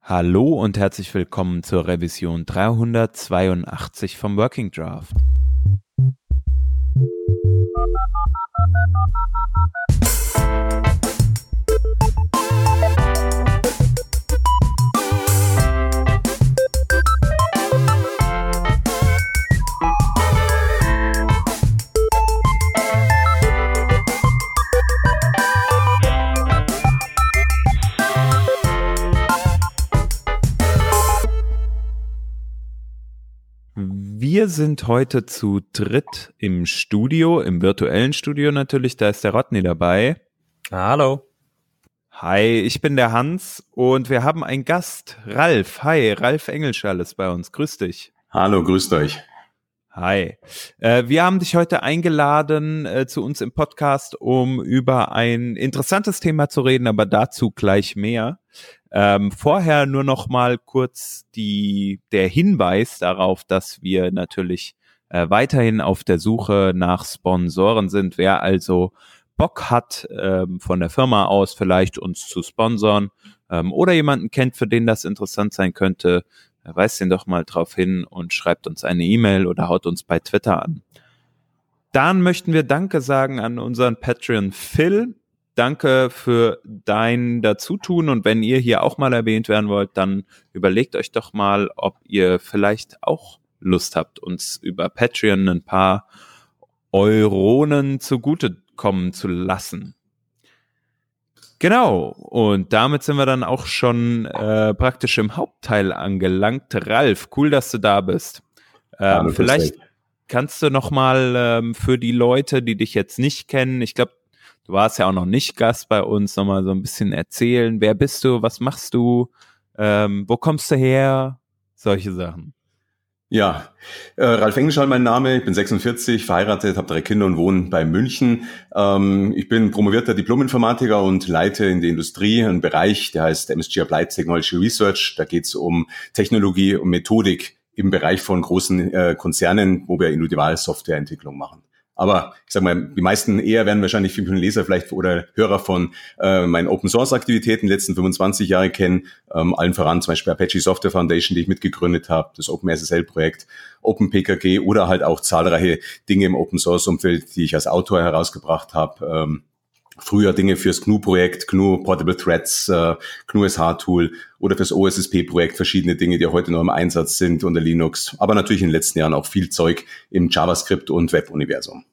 Hallo und herzlich willkommen zur Revision 382 vom Working Draft. Wir sind heute zu dritt im Studio, im virtuellen Studio natürlich, da ist der Rodney dabei. Hallo. Hi, ich bin der Hans und wir haben einen Gast, Ralf. Hi, Ralf Engelschall ist bei uns. Grüß dich. Hallo, grüßt euch. Hi. Wir haben dich heute eingeladen zu uns im Podcast, um über ein interessantes Thema zu reden, aber dazu gleich mehr. Vorher nur noch mal kurz der Hinweis darauf, dass wir natürlich weiterhin auf der Suche nach Sponsoren sind. Wer also Bock hat, von der Firma aus vielleicht uns zu sponsern oder jemanden kennt, für den das interessant sein könnte, weist ihn doch mal drauf hin und schreibt uns eine E-Mail oder haut uns bei Twitter an. Dann möchten wir Danke sagen an unseren Patreon Phil. Danke für dein Dazutun und wenn ihr hier auch mal erwähnt werden wollt, dann überlegt euch doch mal, ob ihr vielleicht auch Lust habt, uns über Patreon ein paar Euronen zugutekommen zu lassen. Genau, und damit sind wir dann auch schon praktisch im Hauptteil angelangt. Ralf, cool, dass du da bist. Vielleicht kannst du noch mal für die Leute, die dich jetzt nicht kennen, ich glaube, du warst ja auch noch nicht Gast bei uns, nochmal so ein bisschen erzählen. Wer bist du? Was machst du? Wo kommst du her? Solche Sachen. Ja, Ralf Engelschall mein Name, ich bin 46, verheiratet, habe 3 Kinder und wohne bei München. Ich bin promovierter Diplom-Informatiker und leite in der Industrie einen Bereich, der heißt MSG Applied Technology Research. Da geht es um Technologie und Methodik im Bereich von großen Konzernen, wo wir Individualsoftwareentwicklung machen. Aber ich sag mal, die meisten eher werden wahrscheinlich viele Leser vielleicht oder Hörer von meinen Open-Source-Aktivitäten die letzten 25 Jahre kennen. Allen voran zum Beispiel Apache Software Foundation, die ich mitgegründet habe, das OpenSSL-Projekt, OpenPKG oder halt auch zahlreiche Dinge im Open-Source-Umfeld, die ich als Autor herausgebracht habe. Früher Dinge fürs GNU-Projekt, GNU Portable Threads, GNU SH-Tool oder fürs OSSP-Projekt verschiedene Dinge, die heute noch im Einsatz sind unter Linux. Aber natürlich in den letzten Jahren auch viel Zeug im JavaScript- und Web-Universum.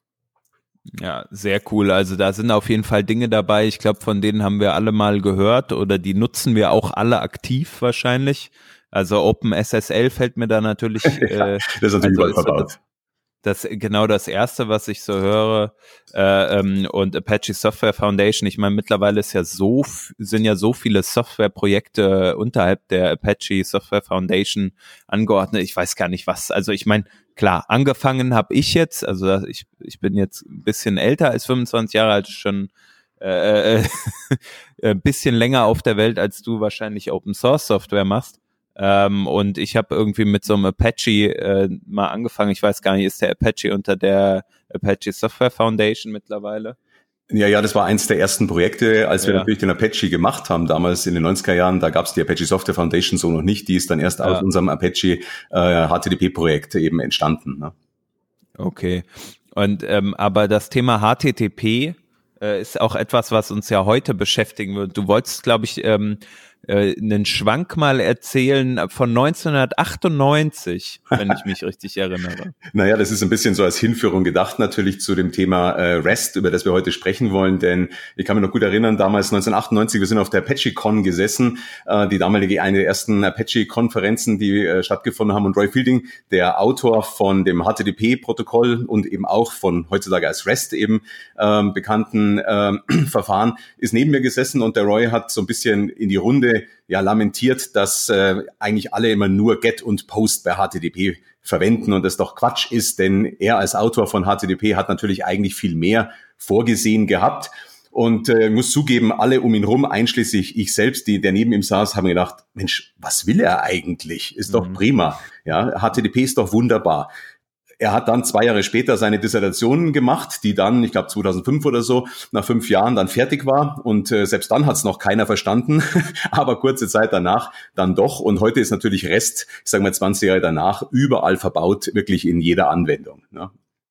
Ja, sehr cool. Also da sind auf jeden Fall Dinge dabei. Ich glaube, von denen haben wir alle mal gehört oder die nutzen wir auch alle aktiv wahrscheinlich. Also OpenSSL fällt mir da natürlich. Das ist natürlich überall verbaut. Das genau das erste, was ich so höre, und Apache Software Foundation. Ich meine, mittlerweile sind ja so viele Softwareprojekte unterhalb der Apache Software Foundation angeordnet. Ich weiß gar nicht was. Also ich meine, klar, angefangen habe ich jetzt. Also ich bin jetzt ein bisschen älter als 25 Jahre alt, schon ein bisschen länger auf der Welt, als du wahrscheinlich Open Source Software machst. Und ich habe irgendwie mit so einem Apache mal angefangen. Ich weiß gar nicht, ist der Apache unter der Apache Software Foundation mittlerweile? Ja, das war eins der ersten Projekte, als wir natürlich den Apache gemacht haben, damals in den 90er Jahren. Da gab es die Apache Software Foundation so noch nicht. Die ist dann erst aus unserem Apache HTTP-Projekt eben entstanden. Ne? Okay. Und aber das Thema HTTP ist auch etwas, was uns ja heute beschäftigen wird. Du wolltest, glaube ich, einen Schwank mal erzählen von 1998, wenn ich mich richtig erinnere. Naja, das ist ein bisschen so als Hinführung gedacht natürlich zu dem Thema REST, über das wir heute sprechen wollen, denn ich kann mich noch gut erinnern, damals 1998, wir sind auf der ApacheCon gesessen, die damalige eine der ersten Apache-Konferenzen, die stattgefunden haben und Roy Fielding, der Autor von dem HTTP-Protokoll und eben auch von heutzutage als REST eben bekannten Verfahren, ist neben mir gesessen und der Roy hat so ein bisschen in die Runde lamentiert, dass eigentlich alle immer nur Get und Post bei HTTP verwenden und das doch Quatsch ist, denn er als Autor von HTTP hat natürlich eigentlich viel mehr vorgesehen gehabt und muss zugeben, alle um ihn rum, einschließlich ich selbst, der neben ihm saß, haben gedacht, Mensch, was will er eigentlich? Ist doch prima. Ja, HTTP ist doch wunderbar. er hat dann 2 Jahre später seine Dissertation gemacht, die dann, ich glaube 2005 oder so, nach 5 Jahren dann fertig war. Und selbst dann hat es noch keiner verstanden, aber kurze Zeit danach dann doch. Und heute ist natürlich REST, ich sage mal 20 Jahre danach, überall verbaut, wirklich in jeder Anwendung. Ne?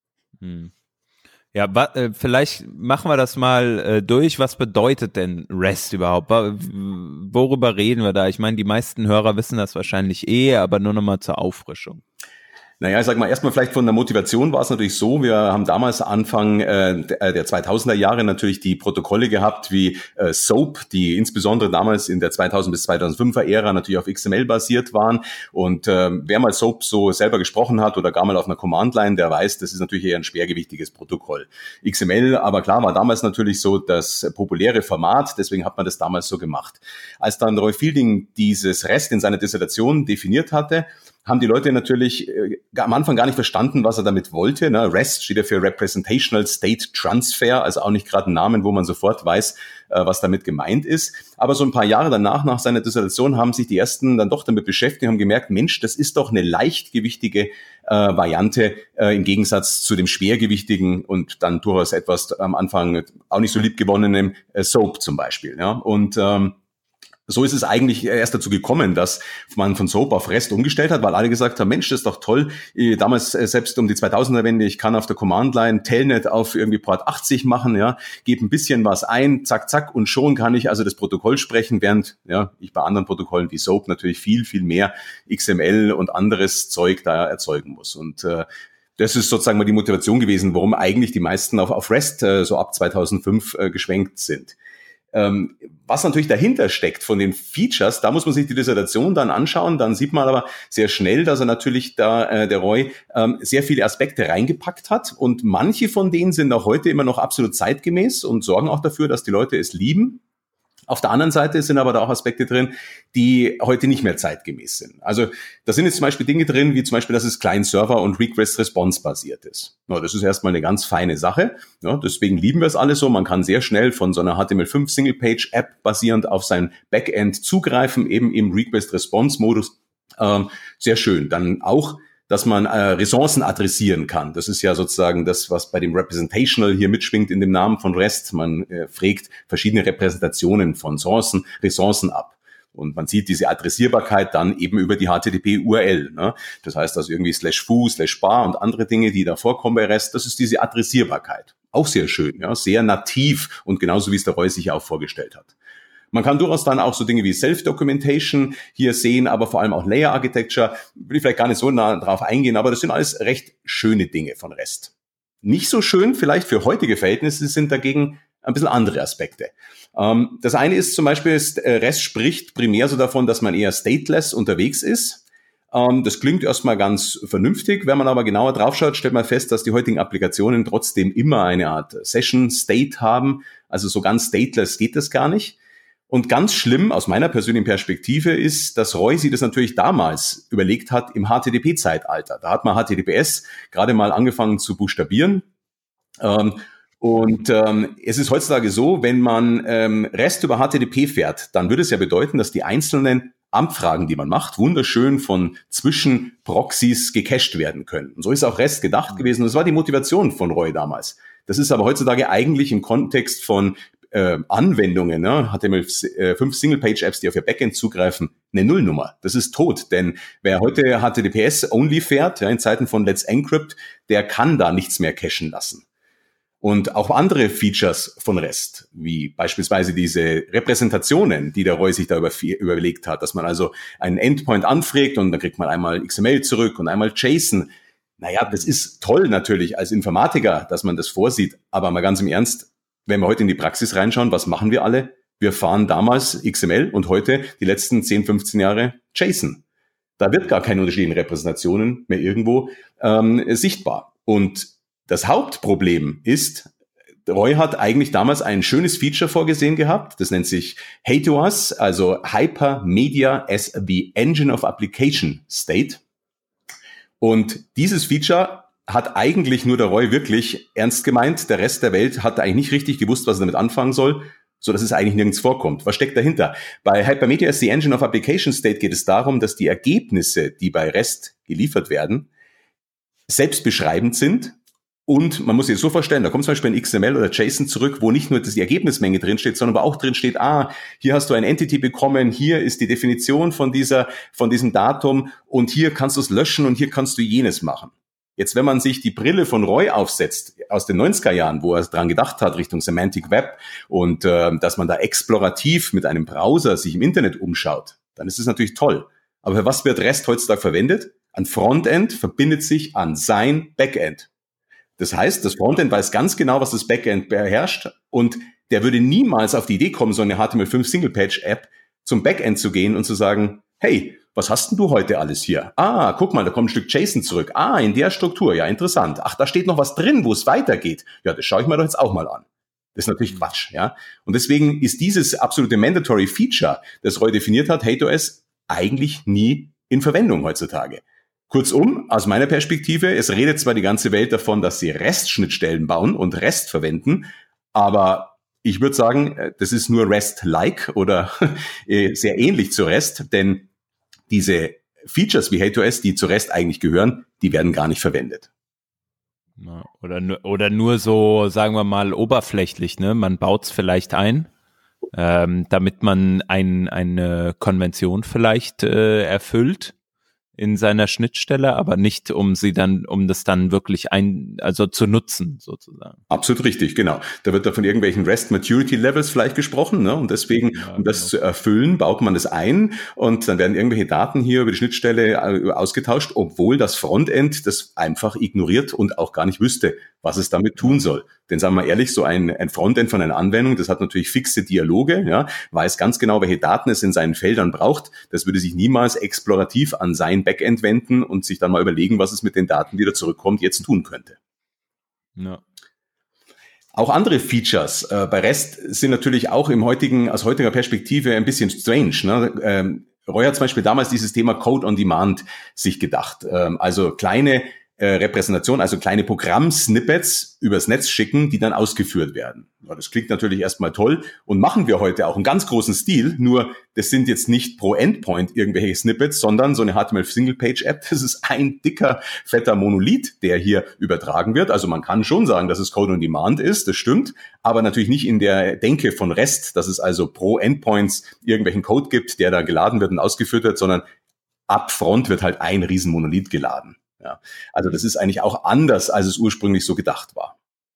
Ja, vielleicht machen wir das mal durch. Was bedeutet denn REST überhaupt? Worüber reden wir da? Ich meine, die meisten Hörer wissen das wahrscheinlich aber nur nochmal zur Auffrischung. Naja, ich sag mal, erstmal vielleicht von der Motivation war es natürlich so, wir haben damals Anfang der 2000er Jahre natürlich die Protokolle gehabt wie SOAP, die insbesondere damals in der 2000 bis 2005er Ära natürlich auf XML basiert waren. Und wer mal SOAP so selber gesprochen hat oder gar mal auf einer Command-Line, der weiß, das ist natürlich eher ein schwergewichtiges Protokoll. XML, aber klar, war damals natürlich so das populäre Format, deswegen hat man das damals so gemacht. Als dann Roy Fielding dieses REST in seiner Dissertation definiert hatte, haben die Leute natürlich am Anfang gar nicht verstanden, was er damit wollte. Ne? REST steht ja für Representational State Transfer, also auch nicht gerade ein Name, wo man sofort weiß, was damit gemeint ist. Aber so ein paar Jahre danach, nach seiner Dissertation, haben sich die ersten dann doch damit beschäftigt und haben gemerkt, Mensch, das ist doch eine leichtgewichtige Variante im Gegensatz zu dem schwergewichtigen und dann durchaus etwas am Anfang auch nicht so liebgewonnenen SOAP zum Beispiel. Ja? Und so ist es eigentlich erst dazu gekommen, dass man von SOAP auf REST umgestellt hat, weil alle gesagt haben, Mensch, das ist doch toll. Damals selbst um die 2000er-Wende, ich kann auf der Command-Line Telnet auf irgendwie Port 80 machen, ja, gebe ein bisschen was ein, zack, zack, und schon kann ich also das Protokoll sprechen, während ich bei anderen Protokollen wie SOAP natürlich viel, viel mehr XML und anderes Zeug da erzeugen muss. Und das ist sozusagen mal die Motivation gewesen, warum eigentlich die meisten auf REST so ab 2005 geschwenkt sind. Was natürlich dahinter steckt von den Features, da muss man sich die Dissertation dann anschauen, dann sieht man aber sehr schnell, dass er natürlich da, der Roy, sehr viele Aspekte reingepackt hat und manche von denen sind auch heute immer noch absolut zeitgemäß und sorgen auch dafür, dass die Leute es lieben. Auf der anderen Seite sind aber da auch Aspekte drin, die heute nicht mehr zeitgemäß sind. Also da sind jetzt zum Beispiel Dinge drin, wie zum Beispiel, dass es Client-Server- und Request-Response-basiert ist. Ja, das ist erstmal eine ganz feine Sache. Ja, deswegen lieben wir es alle so. Man kann sehr schnell von so einer HTML5 Single-Page-App basierend auf sein Backend zugreifen, eben im Request-Response-Modus. Sehr schön. Dann auch, dass man Ressourcen adressieren kann. Das ist ja sozusagen das, was bei dem Representational hier mitschwingt in dem Namen von REST. Man fragt verschiedene Repräsentationen von Ressourcen ab. Und man sieht diese Adressierbarkeit dann eben über die HTTP-URL. Ne? Das heißt also irgendwie /foo, /bar und andere Dinge, die da vorkommen bei REST. Das ist diese Adressierbarkeit. Auch sehr schön, ja, sehr nativ und genauso wie es der Roy sich auch vorgestellt hat. Man kann durchaus dann auch so Dinge wie Self-Documentation hier sehen, aber vor allem auch Layer Architecture. Will ich vielleicht gar nicht so nah drauf eingehen, aber das sind alles recht schöne Dinge von REST. Nicht so schön vielleicht für heutige Verhältnisse sind dagegen ein bisschen andere Aspekte. Das eine ist zum Beispiel, REST spricht primär so davon, dass man eher stateless unterwegs ist. Das klingt erstmal ganz vernünftig. Wenn man aber genauer draufschaut, stellt man fest, dass die heutigen Applikationen trotzdem immer eine Art Session-State haben. Also so ganz stateless geht das gar nicht. Und ganz schlimm aus meiner persönlichen Perspektive ist, dass Roy sich das natürlich damals überlegt hat im HTTP-Zeitalter. Da hat man HTTPS gerade mal angefangen zu buchstabieren. Es ist heutzutage so, wenn man REST über HTTP fährt, dann würde es ja bedeuten, dass die einzelnen Anfragen, die man macht, wunderschön von Zwischenproxys gecached werden können. Und so ist auch REST gedacht gewesen. Und das war die Motivation von Roy damals. Das ist aber heutzutage eigentlich im Kontext von Anwendungen, ne, HTML5 Single-Page-Apps, die auf ihr Backend zugreifen, eine Nullnummer. Das ist tot, denn wer heute HTTPS-only fährt, in Zeiten von Let's Encrypt, der kann da nichts mehr cachen lassen. Und auch andere Features von REST, wie beispielsweise diese Repräsentationen, die der Roy sich da überlegt hat, dass man also einen Endpoint anfragt und dann kriegt man einmal XML zurück und einmal JSON. Naja, das ist toll natürlich als Informatiker, dass man das vorsieht, aber mal ganz im Ernst, wenn wir heute in die Praxis reinschauen, was machen wir alle? Wir fahren damals XML und heute die letzten 10, 15 Jahre JSON. Da wird gar keine unterschiedlichen Repräsentationen mehr irgendwo sichtbar. Und das Hauptproblem ist, Roy hat eigentlich damals ein schönes Feature vorgesehen gehabt. Das nennt sich H2S, also Hypermedia as the Engine of Application State. Und dieses Feature hat eigentlich nur der Roy wirklich ernst gemeint. Der Rest der Welt hat eigentlich nicht richtig gewusst, was er damit anfangen soll, so dass es eigentlich nirgends vorkommt. Was steckt dahinter? Bei Hypermedia as the Engine of Application State geht es darum, dass die Ergebnisse, die bei REST geliefert werden, selbstbeschreibend sind. Und man muss sich das so vorstellen, da kommt zum Beispiel ein XML oder JSON zurück, wo nicht nur die Ergebnismenge drinsteht, sondern aber auch drinsteht, hier hast du ein Entity bekommen, hier ist die Definition von diesem Datum und hier kannst du es löschen und hier kannst du jenes machen. Jetzt, wenn man sich die Brille von Roy aufsetzt, aus den 90er Jahren, wo er dran gedacht hat, Richtung Semantic Web und dass man da explorativ mit einem Browser sich im Internet umschaut, dann ist es natürlich toll. Aber für was wird REST heutzutage verwendet? Ein Frontend verbindet sich an sein Backend. Das heißt, das Frontend weiß ganz genau, was das Backend beherrscht und der würde niemals auf die Idee kommen, so eine HTML5 Single-Page-App zum Backend zu gehen und zu sagen, hey, was hast denn du heute alles hier? Guck mal, da kommt ein Stück JSON zurück. In der Struktur, ja, interessant. Ach, da steht noch was drin, wo es weitergeht. Ja, das schaue ich mir doch jetzt auch mal an. Das ist natürlich Quatsch, ja. Und deswegen ist dieses absolute Mandatory Feature, das Roy definiert hat, HateOS, eigentlich nie in Verwendung heutzutage. Kurzum, aus meiner Perspektive, es redet zwar die ganze Welt davon, dass sie REST-Schnittstellen bauen und REST verwenden, aber ich würde sagen, das ist nur REST-like oder sehr ähnlich zu REST, denn diese Features wie HateOS, die zu REST eigentlich gehören, die werden gar nicht verwendet. Oder nur so, sagen wir mal, oberflächlich, ne? Man baut es vielleicht ein, damit man eine Konvention vielleicht erfüllt in seiner Schnittstelle, aber nicht, um das dann wirklich zu nutzen, sozusagen. Absolut richtig, genau. Da wird da von irgendwelchen REST Maturity Levels vielleicht gesprochen, ne? Und deswegen, um das zu erfüllen, baut man das ein und dann werden irgendwelche Daten hier über die Schnittstelle ausgetauscht, obwohl das Frontend das einfach ignoriert und auch gar nicht wüsste, was es damit tun soll. Denn sagen wir mal ehrlich, so ein Frontend von einer Anwendung, das hat natürlich fixe Dialoge, ja, weiß ganz genau, welche Daten es in seinen Feldern braucht. Das würde sich niemals explorativ an sein Backend wenden und sich dann mal überlegen, was es mit den Daten, die da zurückkommt, jetzt tun könnte. Ja. Auch andere Features bei REST sind natürlich auch aus heutiger Perspektive ein bisschen strange, ne? Roy hat zum Beispiel damals dieses Thema Code on Demand sich gedacht. Also kleine Repräsentation, also kleine Programm-Snippets übers Netz schicken, die dann ausgeführt werden. Ja, das klingt natürlich erstmal toll und machen wir heute auch in ganz großen Stil, nur das sind jetzt nicht pro Endpoint irgendwelche Snippets, sondern so eine HTML-Single-Page-App, das ist ein dicker, fetter Monolith, der hier übertragen wird. Also man kann schon sagen, dass es Code on Demand ist, das stimmt, aber natürlich nicht in der Denke von REST, dass es also pro Endpoints irgendwelchen Code gibt, der da geladen wird und ausgeführt wird, sondern upfront wird halt ein Riesenmonolith geladen. Ja, also das ist eigentlich auch anders, als es ursprünglich so gedacht war.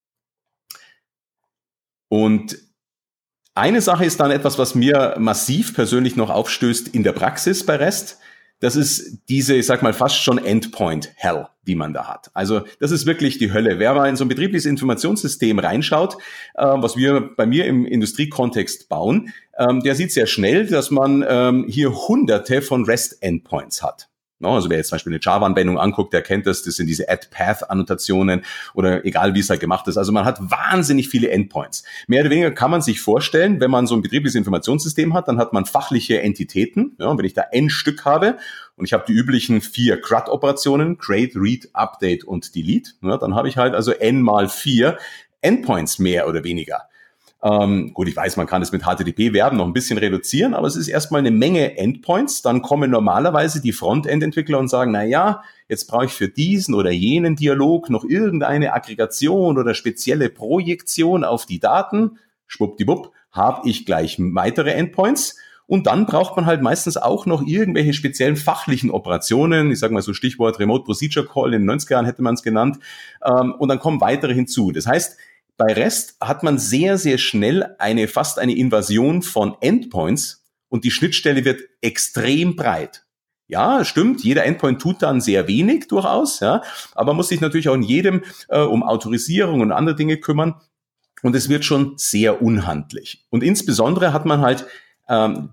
Und eine Sache ist dann etwas, was mir massiv persönlich noch aufstößt in der Praxis bei REST. Das ist diese, ich sag mal, fast schon Endpoint-Hell, die man da hat. Also das ist wirklich die Hölle. Wer mal in so ein betriebliches Informationssystem reinschaut, was wir bei mir im Industriekontext bauen, der sieht sehr schnell, dass man hier hunderte von REST-Endpoints hat. No, also wer jetzt zum Beispiel eine Java-Anwendung anguckt, der kennt das sind diese Add-Path-Annotationen oder egal wie es halt gemacht ist. Also man hat wahnsinnig viele Endpoints. Mehr oder weniger kann man sich vorstellen, wenn man so ein betriebliches Informationssystem hat, dann hat man fachliche Entitäten. Ja, und wenn ich da n Stück habe und ich habe die üblichen 4 CRUD-Operationen, Create, Read, Update und Delete, ja, dann habe ich halt also n mal 4 Endpoints mehr oder weniger. Gut, ich weiß, man kann es mit HTTP-Verben noch ein bisschen reduzieren, aber es ist erstmal eine Menge Endpoints. Dann kommen normalerweise die Frontend-Entwickler und sagen, jetzt brauche ich für diesen oder jenen Dialog noch irgendeine Aggregation oder spezielle Projektion auf die Daten. Schwuppdiwupp, habe ich gleich weitere Endpoints. Und dann braucht man halt meistens auch noch irgendwelche speziellen fachlichen Operationen. Ich sage mal so Stichwort Remote Procedure Call, in den 90er Jahren hätte man es genannt. Und dann kommen weitere hinzu. Das heißt, bei REST hat man sehr, sehr schnell fast eine Invasion von Endpoints und die Schnittstelle wird extrem breit. Ja, stimmt, jeder Endpoint tut dann sehr wenig durchaus, ja, aber man muss sich natürlich auch in jedem um Autorisierung und andere Dinge kümmern und es wird schon sehr unhandlich. Und insbesondere hat man halt man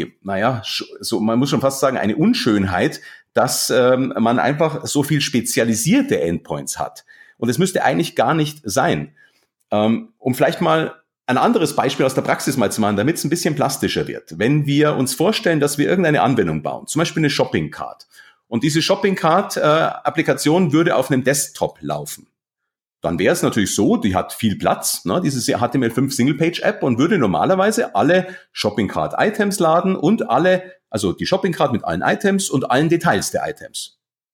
muss schon fast sagen, eine Unschönheit, dass man einfach so viel spezialisierte Endpoints hat. Und es müsste eigentlich gar nicht sein. Um vielleicht mal ein anderes Beispiel aus der Praxis mal zu machen, damit es ein bisschen plastischer wird. Wenn wir uns vorstellen, dass wir irgendeine Anwendung bauen, zum Beispiel eine Shopping Cart, und diese Shopping Cart-Applikation würde auf einem Desktop laufen, dann wäre es natürlich so, die hat viel Platz, ne, diese HTML5 Single-Page-App und würde normalerweise alle Shopping Cart-Items laden und also die Shopping Cart mit allen Items und allen Details der Items.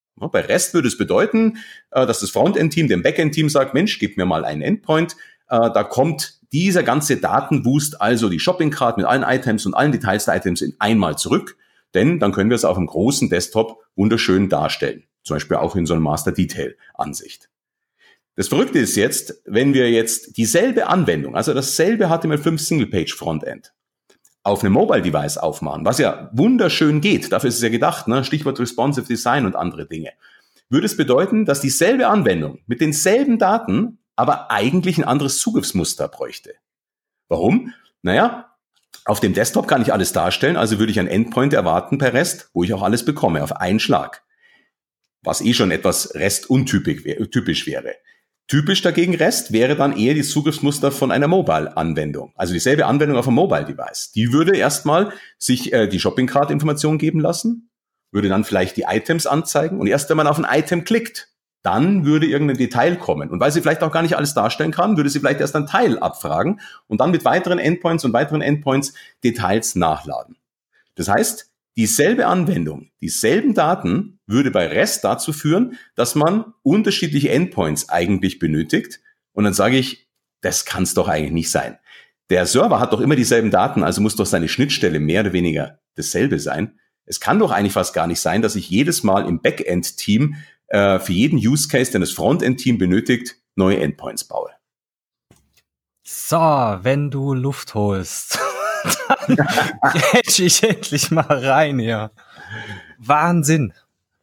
Bei REST würde es bedeuten, dass das Frontend-Team dem Backend-Team sagt, Mensch, gib mir mal einen Endpoint. Da kommt dieser ganze Datenboost, also die Shopping-Cart mit allen Items und allen Details der Items in einmal zurück. Denn dann können wir es auf einem großen Desktop wunderschön darstellen. Zum Beispiel auch in so einer Master-Detail-Ansicht. Das Verrückte ist jetzt, wenn wir jetzt dieselbe Anwendung, also dasselbe HTML5 Single-Page-Frontend, auf einem Mobile-Device aufmachen, was ja wunderschön geht, dafür ist es ja gedacht, ne? Stichwort Responsive Design und andere Dinge, würde es bedeuten, dass dieselbe Anwendung mit denselben Daten aber eigentlich ein anderes Zugriffsmuster bräuchte. Warum? Naja, auf dem Desktop kann ich alles darstellen, also würde ich ein Endpoint erwarten per REST, wo ich auch alles bekomme, auf einen Schlag. Was schon etwas REST-untypisch wäre. Typisch dagegen REST wäre dann eher die Zugriffsmuster von einer Mobile-Anwendung. Also dieselbe Anwendung auf einem Mobile-Device. Die würde erstmal sich die Shopping-Cart-Information geben lassen, würde dann vielleicht die Items anzeigen und erst wenn man auf ein Item klickt, dann würde irgendein Detail kommen. Und weil sie vielleicht auch gar nicht alles darstellen kann, würde sie vielleicht erst ein Teil abfragen und dann mit weiteren Endpoints Details nachladen. Das heißt, dieselbe Anwendung, dieselben Daten würde bei REST dazu führen, dass man unterschiedliche Endpoints eigentlich benötigt. Und dann sage ich, das kann es doch eigentlich nicht sein. Der Server hat doch immer dieselben Daten, also muss doch seine Schnittstelle mehr oder weniger dasselbe sein. Es kann doch eigentlich fast gar nicht sein, dass ich jedes Mal im Backend-Team für jeden Use Case, den das Frontend-Team benötigt, neue Endpoints baue. So, wenn du Luft holst, dann grätsch ich endlich mal rein hier. Wahnsinn.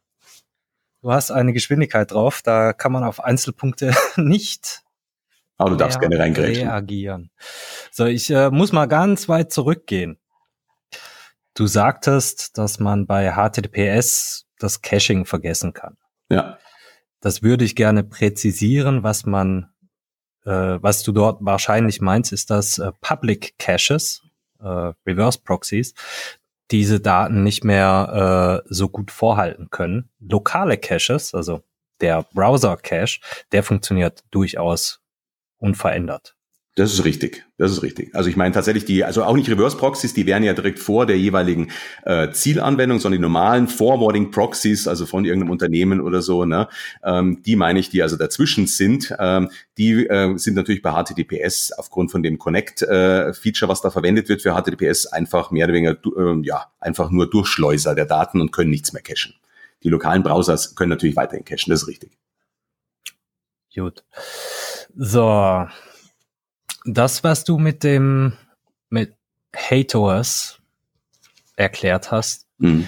Du hast eine Geschwindigkeit drauf, da kann man auf Einzelpunkte nicht Aber du darfst gerne reingrätschen. Reagieren. So, ich muss mal ganz weit zurückgehen. Du sagtest, dass man bei HTTPS das Caching vergessen kann. Ja. Das würde ich gerne präzisieren, was du dort wahrscheinlich meinst, ist, dass Public Caches, Reverse Proxies, diese Daten nicht mehr so gut vorhalten können. Lokale Caches, also der Browser Cache, der funktioniert durchaus unverändert. Das ist richtig. Also ich meine tatsächlich also auch nicht Reverse Proxies, die wären ja direkt vor der jeweiligen Zielanwendung, sondern die normalen Forwarding Proxies, also von irgendeinem Unternehmen oder so, ne? Die meine ich, die also dazwischen sind, die sind natürlich bei HTTPS aufgrund von dem Connect-Feature, was da verwendet wird für HTTPS, einfach mehr oder weniger, einfach nur Durchschleuser der Daten und können nichts mehr cachen. Die lokalen Browsers können natürlich weiterhin cachen, das ist richtig. Gut. So. Das, was du mit HATOS erklärt hast,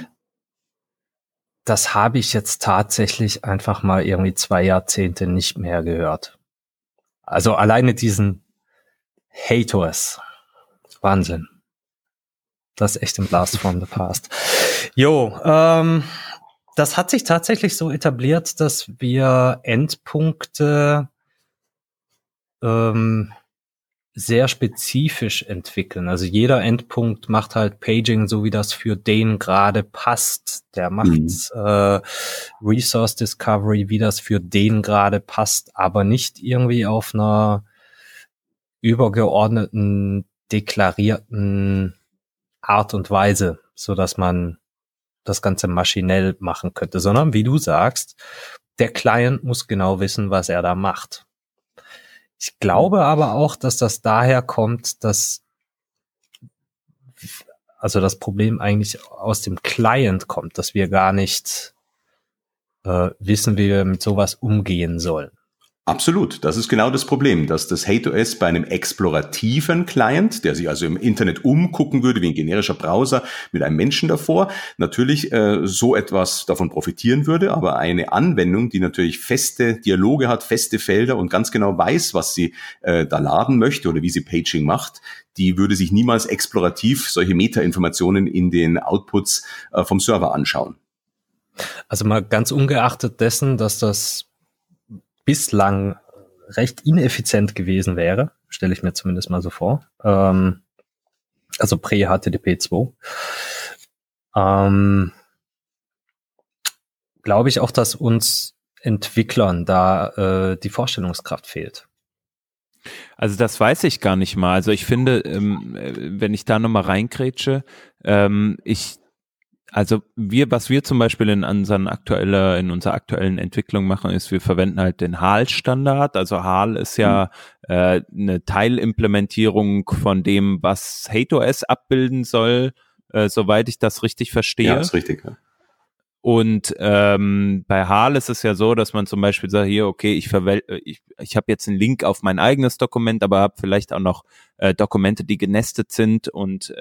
das habe ich jetzt tatsächlich einfach mal irgendwie 2 Jahrzehnte nicht mehr gehört. Also alleine diesen HATOS. Wahnsinn. Das ist echt ein Blast from the past. Jo, das hat sich tatsächlich so etabliert, dass wir Endpunkte sehr spezifisch entwickeln. Also jeder Endpunkt macht halt Paging, so wie das für den gerade passt. Der macht Resource Discovery, wie das für den gerade passt, aber nicht irgendwie auf einer übergeordneten, deklarierten Art und Weise, so dass man das Ganze maschinell machen könnte, sondern wie du sagst, der Client muss genau wissen, was er da macht. Ich glaube aber auch, dass das daher kommt, dass das Problem eigentlich aus dem Client kommt, dass wir gar nicht wissen, wie wir mit sowas umgehen sollen. Absolut, das ist genau das Problem, dass das HATOS bei einem explorativen Client, der sich also im Internet umgucken würde, wie ein generischer Browser mit einem Menschen davor, natürlich so etwas davon profitieren würde, aber eine Anwendung, die natürlich feste Dialoge hat, feste Felder und ganz genau weiß, was sie da laden möchte oder wie sie Paging macht, die würde sich niemals explorativ solche Metainformationen in den Outputs vom Server anschauen. Also mal ganz ungeachtet dessen, dass das bislang recht ineffizient gewesen wäre, stelle ich mir zumindest mal so vor. Also pre-HTTP 2. Glaube ich auch, dass uns Entwicklern da die Vorstellungskraft fehlt. Also das weiß ich gar nicht mal. Also ich finde, wenn ich da nochmal reingrätsche, Also was wir zum Beispiel in unserer aktuellen Entwicklung machen, ist, wir verwenden halt den HAL-Standard. Also HAL ist ja eine Teilimplementierung von dem, was HateOS abbilden soll, soweit ich das richtig verstehe. Ja, ist richtig. Ja. Und bei HAL ist es ja so, dass man zum Beispiel sagt, hier, okay, ich habe jetzt einen Link auf mein eigenes Dokument, aber habe vielleicht auch noch Dokumente, die genestet sind, und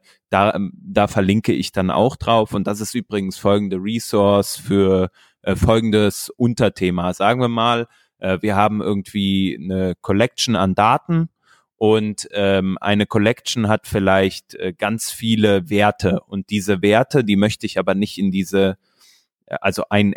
da verlinke ich dann auch drauf. Und das ist übrigens folgende Resource für folgendes Unterthema. Sagen wir mal, wir haben irgendwie eine Collection an Daten, und eine Collection hat vielleicht ganz viele Werte, und diese Werte, die möchte ich aber nicht in ein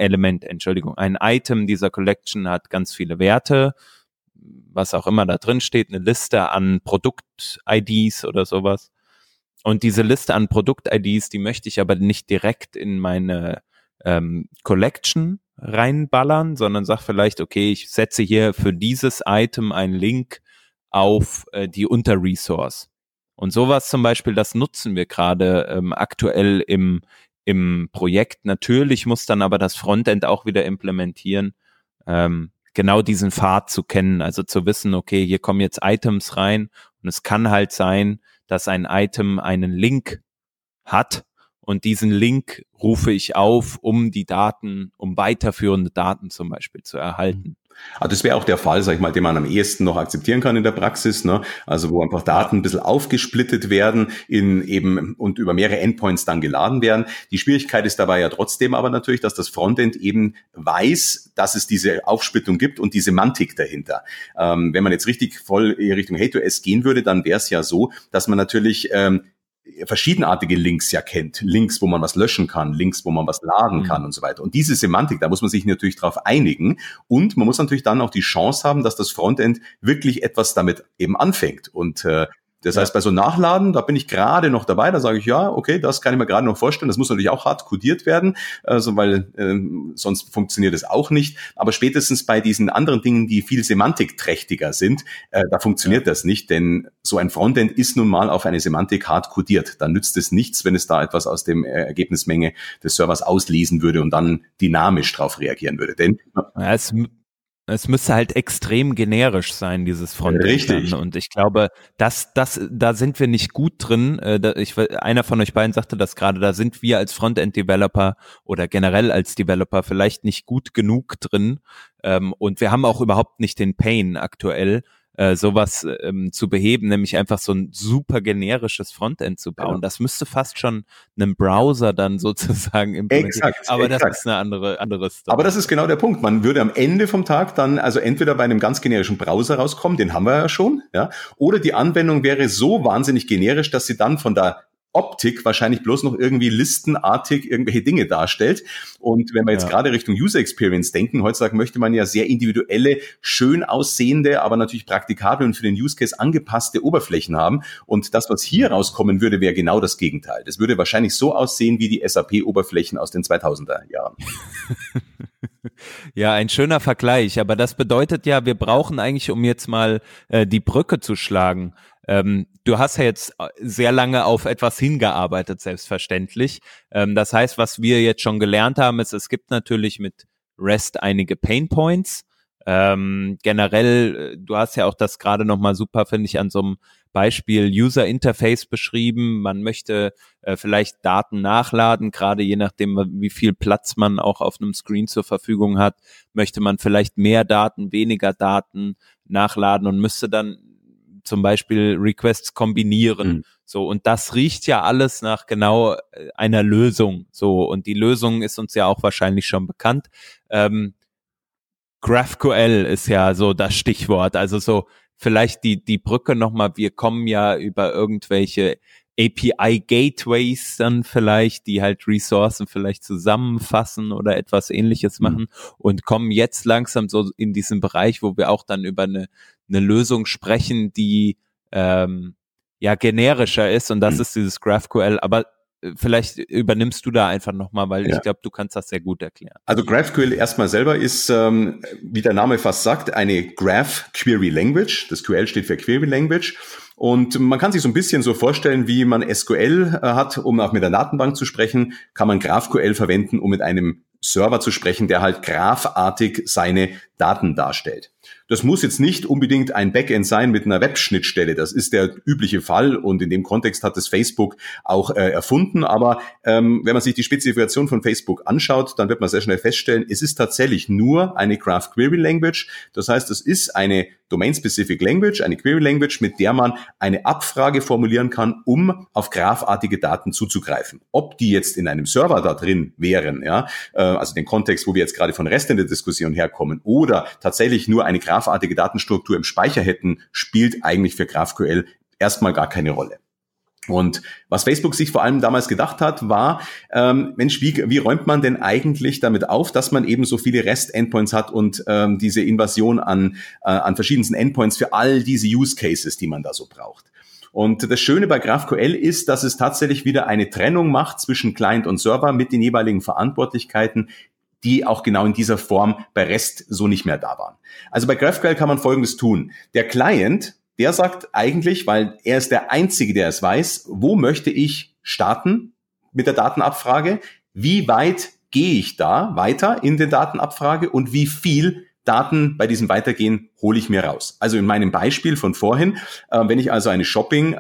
Item dieser Collection hat ganz viele Werte, was auch immer da drin steht, eine Liste an Produkt-IDs oder sowas. Und diese Liste an Produkt-IDs, die möchte ich aber nicht direkt in meine Collection reinballern, sondern sag vielleicht, okay, ich setze hier für dieses Item einen Link auf die Unterresource. Und sowas zum Beispiel, das nutzen wir gerade aktuell im Projekt. Natürlich muss dann aber das Frontend auch wieder implementieren, genau diesen Pfad zu kennen, also zu wissen, okay, hier kommen jetzt Items rein, und es kann halt sein, dass ein Item einen Link hat, und diesen Link rufe ich auf, um weiterführende Daten zum Beispiel zu erhalten. Also das wäre auch der Fall, sag ich mal, den man am ehesten noch akzeptieren kann in der Praxis, ne? Also wo einfach Daten ein bisschen aufgesplittet werden und über mehrere Endpoints dann geladen werden. Die Schwierigkeit ist dabei ja trotzdem aber natürlich, dass das Frontend eben weiß, dass es diese Aufsplittung gibt und die Semantik dahinter. Wenn man jetzt richtig voll in Richtung HateOS gehen würde, dann wäre es ja so, dass man natürlich verschiedenartige Links ja kennt. Links, wo man was löschen kann, Links, wo man was laden kann und so weiter. Und diese Semantik, da muss man sich natürlich drauf einigen. Und man muss natürlich dann auch die Chance haben, dass das Frontend wirklich etwas damit eben anfängt. Und das heißt, bei so Nachladen, da bin ich gerade noch dabei, da sage ich, ja, okay, das kann ich mir gerade noch vorstellen. Das muss natürlich auch hart codiert werden, also weil sonst funktioniert es auch nicht. Aber spätestens bei diesen anderen Dingen, die viel semantikträchtiger sind, da funktioniert das nicht, denn so ein Frontend ist nun mal auf eine Semantik hart codiert. Da nützt es nichts, wenn es da etwas aus dem Ergebnismenge des Servers auslesen würde und dann dynamisch drauf reagieren würde. Denn es müsste halt extrem generisch sein, dieses Frontend. Richtig. Und ich glaube, da sind wir nicht gut drin. Einer von euch beiden sagte das gerade, da sind wir als Frontend-Developer oder generell als Developer vielleicht nicht gut genug drin. Und wir haben auch überhaupt nicht den Pain aktuell, sowas zu beheben, nämlich einfach so ein super generisches Frontend zu bauen. Genau. Das müsste fast schon einem Browser dann sozusagen implementieren. Exakt, aber das ist eine andere Story. Aber das ist genau der Punkt. Man würde am Ende vom Tag dann also entweder bei einem ganz generischen Browser rauskommen, den haben wir ja schon, ja, oder die Anwendung wäre so wahnsinnig generisch, dass sie dann von der Optik wahrscheinlich bloß noch irgendwie listenartig irgendwelche Dinge darstellt. Und wenn wir jetzt gerade Richtung User Experience denken, heutzutage möchte man ja sehr individuelle, schön aussehende, aber natürlich praktikable und für den Use Case angepasste Oberflächen haben. Und das, was hier rauskommen würde, wäre genau das Gegenteil. Das würde wahrscheinlich so aussehen wie die SAP-Oberflächen aus den 2000er Jahren. Ja, ein schöner Vergleich. Aber das bedeutet ja, wir brauchen eigentlich, um jetzt mal die Brücke zu schlagen, du hast ja jetzt sehr lange auf etwas hingearbeitet, selbstverständlich. Das heißt, was wir jetzt schon gelernt haben, ist, es gibt natürlich mit REST einige Painpoints. Generell, du hast ja auch das gerade nochmal super, finde ich, an so einem Beispiel User Interface beschrieben. Man möchte vielleicht Daten nachladen, gerade je nachdem, wie viel Platz man auch auf einem Screen zur Verfügung hat, möchte man vielleicht mehr Daten, weniger Daten nachladen und müsste dann zum Beispiel Requests kombinieren. So, und das riecht ja alles nach genau einer Lösung. So, und die Lösung ist uns ja auch wahrscheinlich schon bekannt. GraphQL ist ja so das Stichwort. Also so vielleicht die Brücke nochmal, wir kommen ja über irgendwelche API-Gateways dann vielleicht, die halt Ressourcen vielleicht zusammenfassen oder etwas Ähnliches machen und kommen jetzt langsam so in diesen Bereich, wo wir auch dann über eine Lösung sprechen, die generischer ist, und das ist dieses GraphQL. Aber vielleicht übernimmst du da einfach nochmal, weil ich glaube, du kannst das sehr gut erklären. Also GraphQL erstmal selber ist, wie der Name fast sagt, eine Graph Query Language. Das QL steht für Query Language. Und man kann sich so ein bisschen so vorstellen, wie man SQL hat, um auch mit der Datenbank zu sprechen, kann man GraphQL verwenden, um mit einem Server zu sprechen, der halt graphartig seine Daten darstellt. Das muss jetzt nicht unbedingt ein Backend sein mit einer Web-Schnittstelle. Das ist der übliche Fall und in dem Kontext hat es Facebook auch erfunden. Aber wenn man sich die Spezifikation von Facebook anschaut, dann wird man sehr schnell feststellen, es ist tatsächlich nur eine Graph Query Language. Das heißt, es ist eine Domain-Specific Language, eine Query Language, mit der man eine Abfrage formulieren kann, um auf graphartige Daten zuzugreifen. Ob die jetzt in einem Server da drin wären, ja, also den Kontext, wo wir jetzt gerade von REST in der Diskussion herkommen, oder tatsächlich nur eine graphartige Datenstruktur im Speicher hätten, spielt eigentlich für GraphQL erstmal gar keine Rolle. Und was Facebook sich vor allem damals gedacht hat, war, Mensch, wie räumt man denn eigentlich damit auf, dass man eben so viele REST-Endpoints hat und diese Invasion an verschiedensten Endpoints für all diese Use Cases, die man da so braucht. Und das Schöne bei GraphQL ist, dass es tatsächlich wieder eine Trennung macht zwischen Client und Server mit den jeweiligen Verantwortlichkeiten, die auch genau in dieser Form bei REST so nicht mehr da waren. Also bei GraphQL kann man Folgendes tun. Der Client, der sagt eigentlich, weil er ist der Einzige, der es weiß, wo möchte ich starten mit der Datenabfrage, wie weit gehe ich da weiter in der Datenabfrage und wie viel Daten bei diesem Weitergehen hole ich mir raus. Also in meinem Beispiel von vorhin, wenn ich also eine Shopping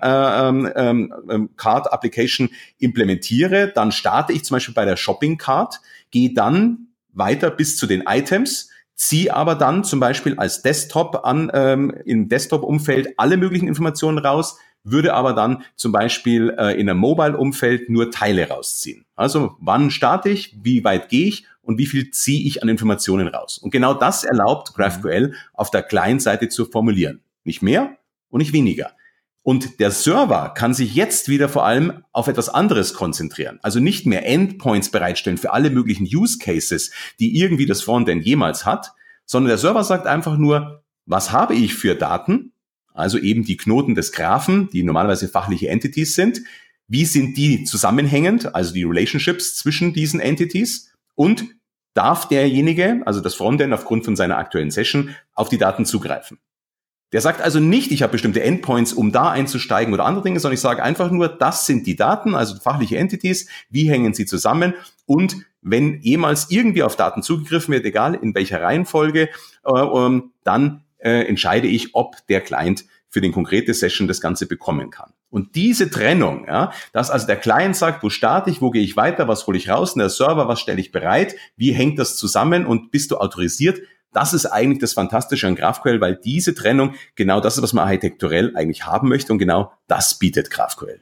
Cart Application implementiere, dann starte ich zum Beispiel bei der Shopping Cart, gehe dann weiter bis zu den Items, ziehe aber dann zum Beispiel als Desktop im Desktop-Umfeld alle möglichen Informationen raus, würde aber dann zum Beispiel in einem Mobile-Umfeld nur Teile rausziehen. Also wann starte ich, wie weit gehe ich und wie viel ziehe ich an Informationen raus. Und genau das erlaubt GraphQL auf der Client-Seite zu formulieren. Nicht mehr und nicht weniger. Und der Server kann sich jetzt wieder vor allem auf etwas anderes konzentrieren. Also nicht mehr Endpoints bereitstellen für alle möglichen Use Cases, die irgendwie das Frontend jemals hat, sondern der Server sagt einfach nur, was habe ich für Daten? Also eben die Knoten des Graphen, die normalerweise fachliche Entities sind. Wie sind die zusammenhängend? Also die Relationships zwischen diesen Entities. Und darf derjenige, also das Frontend aufgrund von seiner aktuellen Session, auf die Daten zugreifen? Der sagt also nicht, ich habe bestimmte Endpoints, um da einzusteigen oder andere Dinge, sondern ich sage einfach nur, das sind die Daten, also fachliche Entities, wie hängen sie zusammen und wenn jemals irgendwie auf Daten zugegriffen wird, egal in welcher Reihenfolge, dann entscheide ich, ob der Client für den konkrete Session das Ganze bekommen kann. Und diese Trennung, ja, dass also der Client sagt, wo starte ich, wo gehe ich weiter, was hole ich raus, und der Server, was stelle ich bereit, wie hängt das zusammen und bist du autorisiert, das ist eigentlich das Fantastische an GraphQL, weil diese Trennung genau das ist, was man architekturell eigentlich haben möchte und genau das bietet GraphQL.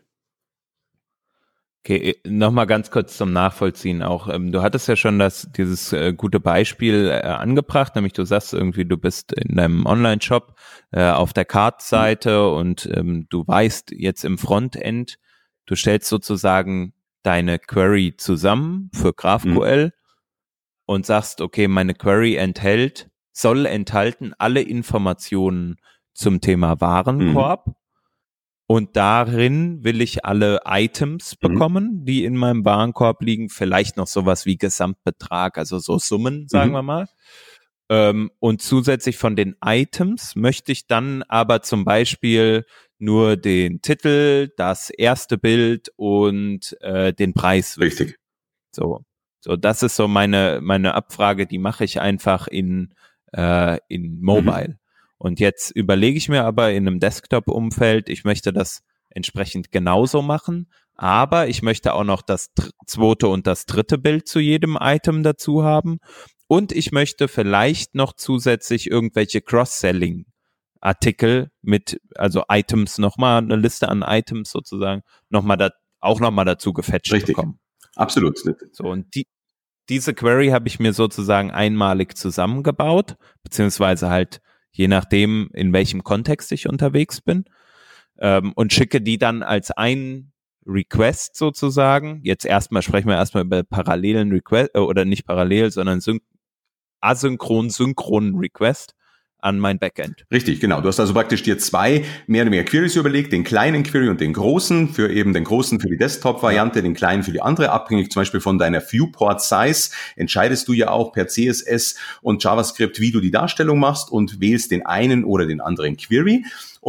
Okay, nochmal ganz kurz zum Nachvollziehen auch. Du hattest ja schon dieses gute Beispiel angebracht, nämlich du sagst irgendwie, du bist in deinem Online-Shop auf der Cart-Seite und du weißt jetzt im Frontend, du stellst sozusagen deine Query zusammen für GraphQL und sagst, okay, meine Query soll enthalten alle Informationen zum Thema Warenkorb und darin will ich alle Items bekommen, die in meinem Warenkorb liegen, vielleicht noch sowas wie Gesamtbetrag, also so Summen, sagen wir mal. Und zusätzlich von den Items möchte ich dann aber zum Beispiel nur den Titel, das erste Bild und den Preis. Richtig. So, das ist so meine Abfrage, die mache ich einfach in Mobile. Und jetzt überlege ich mir aber in einem Desktop-Umfeld, ich möchte das entsprechend genauso machen, aber ich möchte auch noch das zweite und das dritte Bild zu jedem Item dazu haben und ich möchte vielleicht noch zusätzlich irgendwelche Cross-Selling-Artikel also Items nochmal, eine Liste an Items sozusagen, nochmal dazu gefetcht bekommen. Absolut. So, und diese Query habe ich mir sozusagen einmalig zusammengebaut, beziehungsweise halt je nachdem, in welchem Kontext ich unterwegs bin, und schicke die dann als einen Request sozusagen. Jetzt sprechen wir erstmal über parallelen Request, oder nicht parallel, sondern synchronen Request an mein Backend. Richtig, genau. Du hast also praktisch dir zwei mehr oder weniger Queries überlegt, den kleinen Query und den großen, für eben den großen für die Desktop-Variante, den kleinen für die andere, abhängig zum Beispiel von deiner Viewport-Size, entscheidest du ja auch per CSS und JavaScript, wie du die Darstellung machst und wählst den einen oder den anderen Query und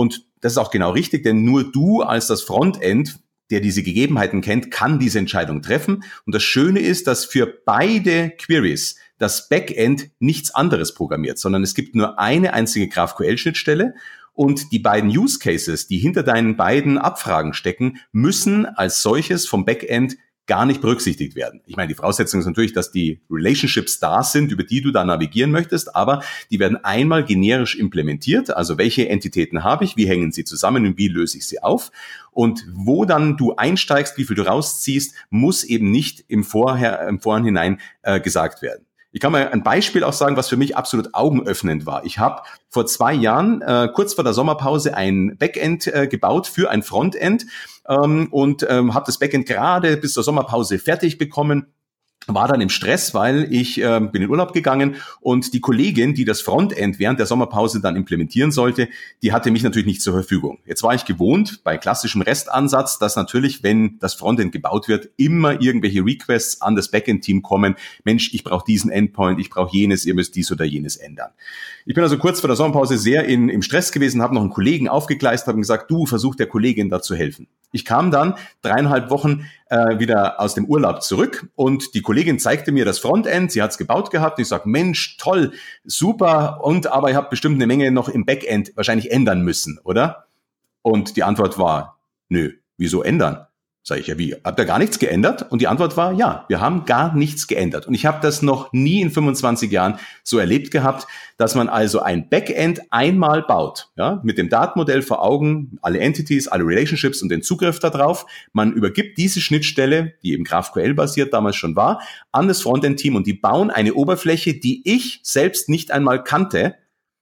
das ist auch genau richtig, denn nur du als das Frontend, der diese Gegebenheiten kennt, kann diese Entscheidung treffen. Und das Schöne ist, dass für beide Queries das Backend nichts anderes programmiert, sondern es gibt nur eine einzige GraphQL-Schnittstelle und die beiden Use Cases, die hinter deinen beiden Abfragen stecken, müssen als solches vom Backend gar nicht berücksichtigt werden. Ich meine, die Voraussetzung ist natürlich, dass die Relationships da sind, über die du da navigieren möchtest, aber die werden einmal generisch implementiert. Also welche Entitäten habe ich, wie hängen sie zusammen und wie löse ich sie auf? Und wo dann du einsteigst, wie viel du rausziehst, muss eben nicht im Vorhinein gesagt werden. Ich kann mal ein Beispiel auch sagen, was für mich absolut augenöffnend war. Ich habe vor 2 Jahren, kurz vor der Sommerpause, ein Backend gebaut für ein Frontend und habe das Backend gerade bis zur Sommerpause fertig bekommen. War dann im Stress, weil ich bin in Urlaub gegangen und die Kollegin, die das Frontend während der Sommerpause dann implementieren sollte, die hatte mich natürlich nicht zur Verfügung. Jetzt war ich gewohnt bei klassischem REST-Ansatz, dass natürlich, wenn das Frontend gebaut wird, immer irgendwelche Requests an das Backend-Team kommen. Mensch, ich brauche diesen Endpoint, ich brauche jenes, ihr müsst dies oder jenes ändern. Ich bin also kurz vor der Sommerpause sehr im Stress gewesen, habe noch einen Kollegen aufgegleist, habe gesagt, du, versuch der Kollegin da zu helfen. Ich kam dann 3,5 Wochen wieder aus dem Urlaub zurück und die Kollegin zeigte mir das Frontend, sie hat es gebaut gehabt. Ich sage, Mensch, toll, super, aber ihr habt bestimmt eine Menge noch im Backend wahrscheinlich ändern müssen, oder? Und die Antwort war, nö, wieso ändern? Sag ich, ja wie, habt ihr gar nichts geändert? Und die Antwort war, ja, wir haben gar nichts geändert. Und ich habe das noch nie in 25 Jahren so erlebt gehabt, dass man also ein Backend einmal baut, ja, mit dem Datenmodell vor Augen, alle Entities, alle Relationships und den Zugriff darauf. Man übergibt diese Schnittstelle, die eben GraphQL-basiert damals schon war, an das Frontend-Team und die bauen eine Oberfläche, die ich selbst nicht einmal kannte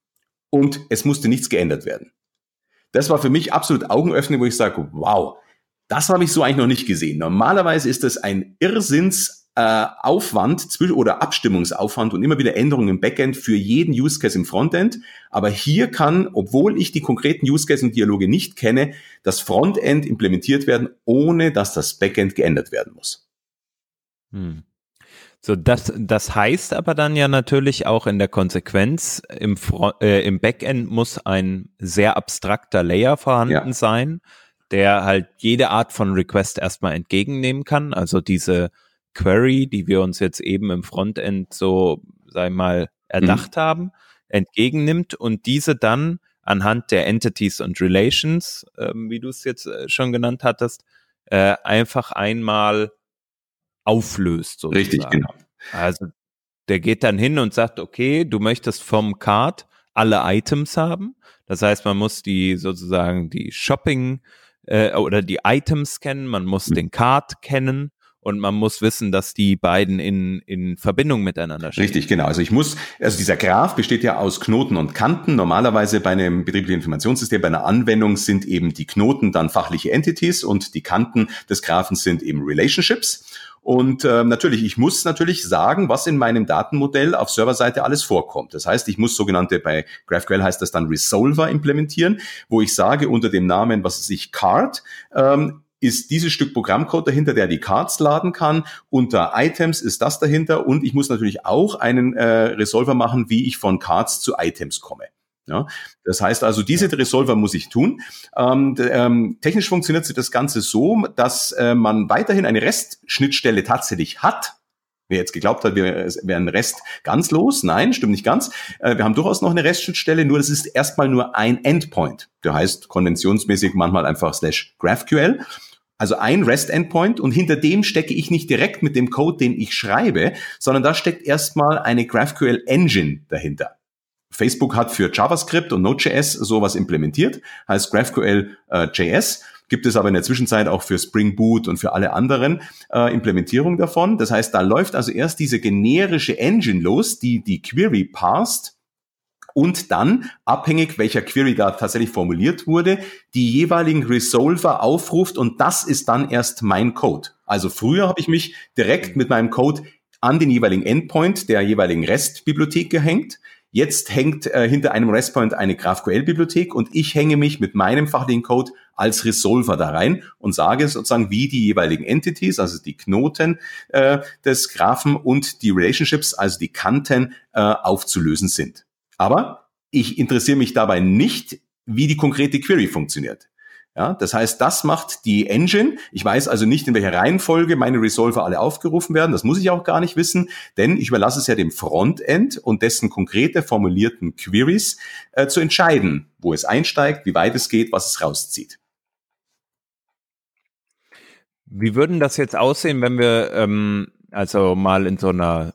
und es musste nichts geändert werden. Das war für mich absolut augenöffnend, wo ich sage, wow, das habe ich so eigentlich noch nicht gesehen. Normalerweise ist das ein Aufwand oder Abstimmungsaufwand und immer wieder Änderungen im Backend für jeden Use Case im Frontend. Aber hier kann, obwohl ich die konkreten Use Case und Dialoge nicht kenne, das Frontend implementiert werden, ohne dass das Backend geändert werden muss. So, das heißt aber dann ja natürlich auch in der Konsequenz, im Backend muss ein sehr abstrakter Layer vorhanden sein, der halt jede Art von Request erstmal entgegennehmen kann. Also diese Query, die wir uns jetzt eben im Frontend so, sag ich mal, erdacht haben, entgegennimmt und diese dann anhand der Entities und Relations, wie du es jetzt schon genannt hattest, einfach einmal auflöst sozusagen. Richtig, genau. Also der geht dann hin und sagt, okay, du möchtest vom Cart alle Items haben. Das heißt, man muss die sozusagen die Shopping oder die Items kennen, man muss den Cart kennen und man muss wissen, dass die beiden in Verbindung miteinander stehen. Richtig, genau. Also dieser Graph besteht ja aus Knoten und Kanten. Normalerweise bei einem betrieblichen Informationssystem, bei einer Anwendung sind eben die Knoten dann fachliche Entities und die Kanten des Graphen sind eben Relationships. Und ich muss sagen, was in meinem Datenmodell auf Serverseite alles vorkommt. Das heißt, ich muss sogenannte, bei GraphQL heißt das dann Resolver implementieren, wo ich sage unter dem Namen, was weiß ich, Card, ist dieses Stück Programmcode dahinter, der die Cards laden kann. Unter Items ist das dahinter und ich muss natürlich auch einen Resolver machen, wie ich von Cards zu Items komme. Ja, das heißt also, diese Resolver muss ich tun. Technisch funktioniert das Ganze so, dass man weiterhin eine REST-Schnittstelle tatsächlich hat. Wer jetzt geglaubt hat, wir wären REST ganz los. Nein, stimmt nicht ganz. Wir haben durchaus noch eine REST-Schnittstelle, nur das ist erstmal nur ein Endpoint. Der heißt konventionsmäßig manchmal einfach /GraphQL. Also ein REST-Endpoint und hinter dem stecke ich nicht direkt mit dem Code, den ich schreibe, sondern da steckt erstmal eine GraphQL-Engine dahinter. Facebook hat für JavaScript und Node.js sowas implementiert, heißt GraphQL.js, gibt es aber in der Zwischenzeit auch für Spring Boot und für alle anderen Implementierungen davon. Das heißt, da läuft also erst diese generische Engine los, die die Query parst und dann, abhängig welcher Query da tatsächlich formuliert wurde, die jeweiligen Resolver aufruft und das ist dann erst mein Code. Also früher habe ich mich direkt mit meinem Code an den jeweiligen Endpoint der jeweiligen REST-Bibliothek gehängt. Jetzt hängt hinter einem REST-Point eine GraphQL-Bibliothek und ich hänge mich mit meinem fachlichen Code als Resolver da rein und sage sozusagen, wie die jeweiligen Entities, also die Knoten des Graphen und die Relationships, also die Kanten, aufzulösen sind. Aber ich interessiere mich dabei nicht wie die konkrete Query funktioniert. Ja, das heißt, das macht die Engine. Ich weiß also nicht, in welcher Reihenfolge meine Resolver alle aufgerufen werden. Das muss ich auch gar nicht wissen, denn ich überlasse es ja dem Frontend und dessen konkrete formulierten Queries zu entscheiden, wo es einsteigt, wie weit es geht, was es rauszieht. Wie würden das jetzt aussehen, wenn wir also mal in so einer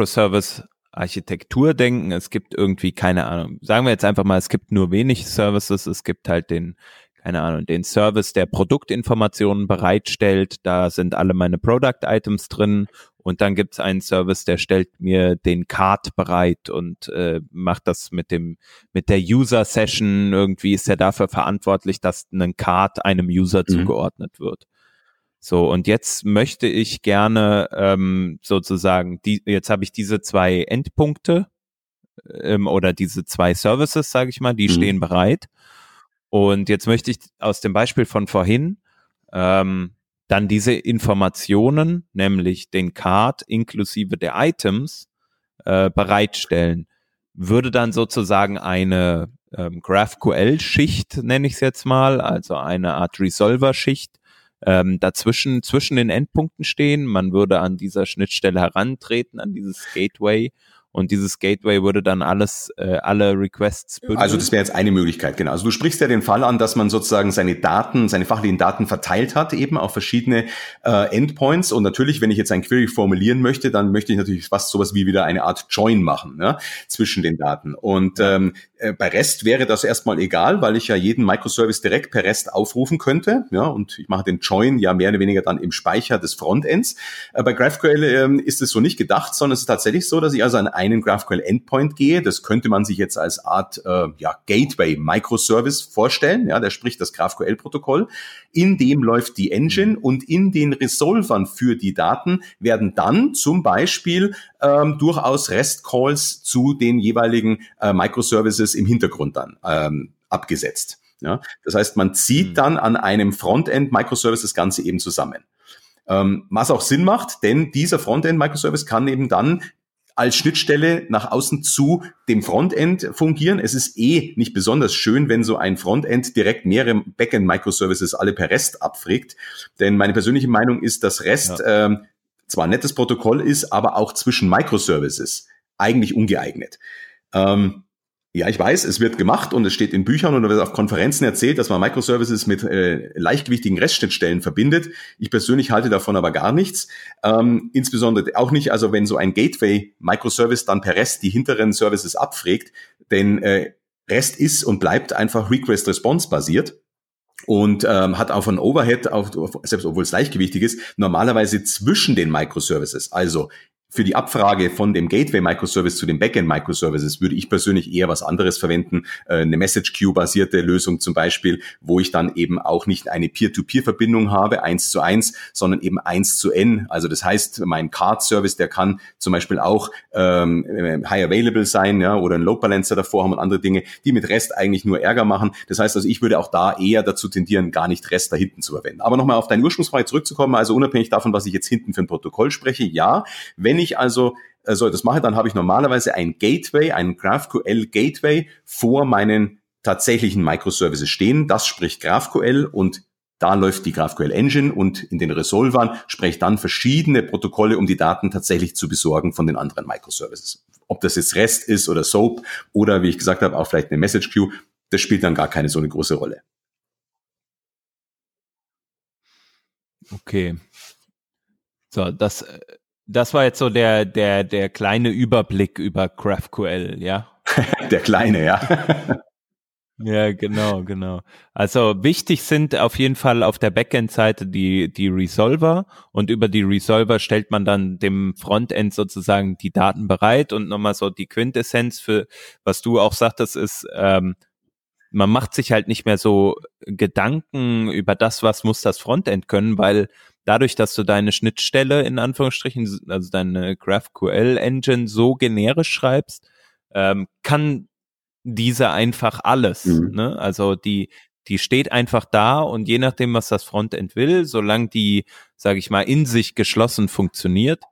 Microservice-Architektur denken? Es gibt irgendwie, keine Ahnung, sagen wir jetzt einfach mal, es gibt nur wenig Services, es gibt halt den Service, der Produktinformationen bereitstellt, da sind alle meine Product-Items drin und dann gibt's einen Service, der stellt mir den Cart bereit und macht das mit der User-Session, irgendwie ist er dafür verantwortlich, dass ein Cart einem User zugeordnet wird. So, und jetzt möchte ich gerne sozusagen, jetzt habe ich diese zwei Endpunkte oder diese zwei Services, sage ich mal, die stehen bereit. Und jetzt möchte ich aus dem Beispiel von vorhin dann diese Informationen, nämlich den Cart inklusive der Items, bereitstellen. Würde dann sozusagen eine GraphQL-Schicht, nenne ich es jetzt mal, also eine Art Resolver-Schicht, zwischen den Endpunkten stehen. Man würde an dieser Schnittstelle herantreten, an dieses Gateway. Und dieses Gateway würde dann alle Requests bündeln. Also das wäre jetzt eine Möglichkeit, genau. Also du sprichst ja den Fall an, dass man sozusagen seine fachlichen Daten verteilt hat, eben auf verschiedene Endpoints. Und natürlich, wenn ich jetzt ein Query formulieren möchte, dann möchte ich natürlich sowas wie wieder eine Art Join machen, ne, zwischen den Daten. Und bei REST wäre das erstmal egal, weil ich ja jeden Microservice direkt per REST aufrufen könnte. Ja, und ich mache den Join ja mehr oder weniger dann im Speicher des Frontends. Bei GraphQL ist es so nicht gedacht, sondern es ist tatsächlich so, dass ich also an einen GraphQL-Endpoint gehe. Das könnte man sich jetzt als Art Gateway-Microservice vorstellen. Ja, der spricht das GraphQL-Protokoll. In dem läuft die Engine und in den Resolvern für die Daten werden dann zum Beispiel durchaus REST-Calls zu den jeweiligen Microservices im Hintergrund dann abgesetzt. Ja, das heißt, man zieht dann an einem Frontend-Microservice das Ganze eben zusammen. Was auch Sinn macht, denn dieser Frontend-Microservice kann eben dann als Schnittstelle nach außen zu dem Frontend fungieren. Es ist nicht besonders schön, wenn so ein Frontend direkt mehrere Backend-Microservices alle per REST abfragt. Denn meine persönliche Meinung ist, dass REST zwar ein nettes Protokoll ist, aber auch zwischen Microservices eigentlich ungeeignet. Ja, ich weiß, es wird gemacht und es steht in Büchern und es wird auf Konferenzen erzählt, dass man Microservices mit leichtgewichtigen REST-Schnittstellen verbindet. Ich persönlich halte davon aber gar nichts. Insbesondere auch nicht, also wenn so ein Gateway-Microservice dann per REST die hinteren Services abfragt, denn REST ist und bleibt einfach Request-Response-basiert. Und hat auch von Overhead, selbst obwohl es leichtgewichtig ist, normalerweise zwischen den Microservices. Also für die Abfrage von dem Gateway-Microservice zu den Backend-Microservices würde ich persönlich eher was anderes verwenden. Eine Message-Queue-basierte Lösung zum Beispiel, wo ich dann eben auch nicht eine Peer-to-Peer-Verbindung habe, 1:1, sondern eben 1:n. Also das heißt, mein Card-Service, der kann zum Beispiel auch High-Available sein, ja, oder ein Load-Balancer davor haben und andere Dinge, die mit REST eigentlich nur Ärger machen. Das heißt also, ich würde auch da eher dazu tendieren, gar nicht REST da hinten zu verwenden. Aber nochmal auf deine Ursprungsfrage zurückzukommen, also unabhängig davon, was ich jetzt hinten für ein Protokoll spreche, ja, wenn ich also das mache, dann habe ich normalerweise ein Gateway, ein GraphQL-Gateway vor meinen tatsächlichen Microservices stehen. Das spricht GraphQL und da läuft die GraphQL-Engine und in den Resolvern spricht dann verschiedene Protokolle, um die Daten tatsächlich zu besorgen von den anderen Microservices. Ob das jetzt REST ist oder SOAP oder, wie ich gesagt habe, auch vielleicht eine Message Queue, das spielt dann gar keine so eine große Rolle. Okay. So, das war jetzt so der kleine Überblick über GraphQL, ja? Der kleine, ja. Ja, genau. Also wichtig sind auf jeden Fall auf der Backend-Seite die Resolver und über die Resolver stellt man dann dem Frontend sozusagen die Daten bereit und nochmal so die Quintessenz für, was du auch sagtest, ist, man macht sich halt nicht mehr so Gedanken über das, was muss das Frontend können, weil dadurch, dass du deine Schnittstelle in Anführungsstrichen, also deine GraphQL-Engine so generisch schreibst, kann diese einfach alles. Ne? Also die steht einfach da und je nachdem, was das Frontend will, solange die, sage ich mal, in sich geschlossen funktioniert,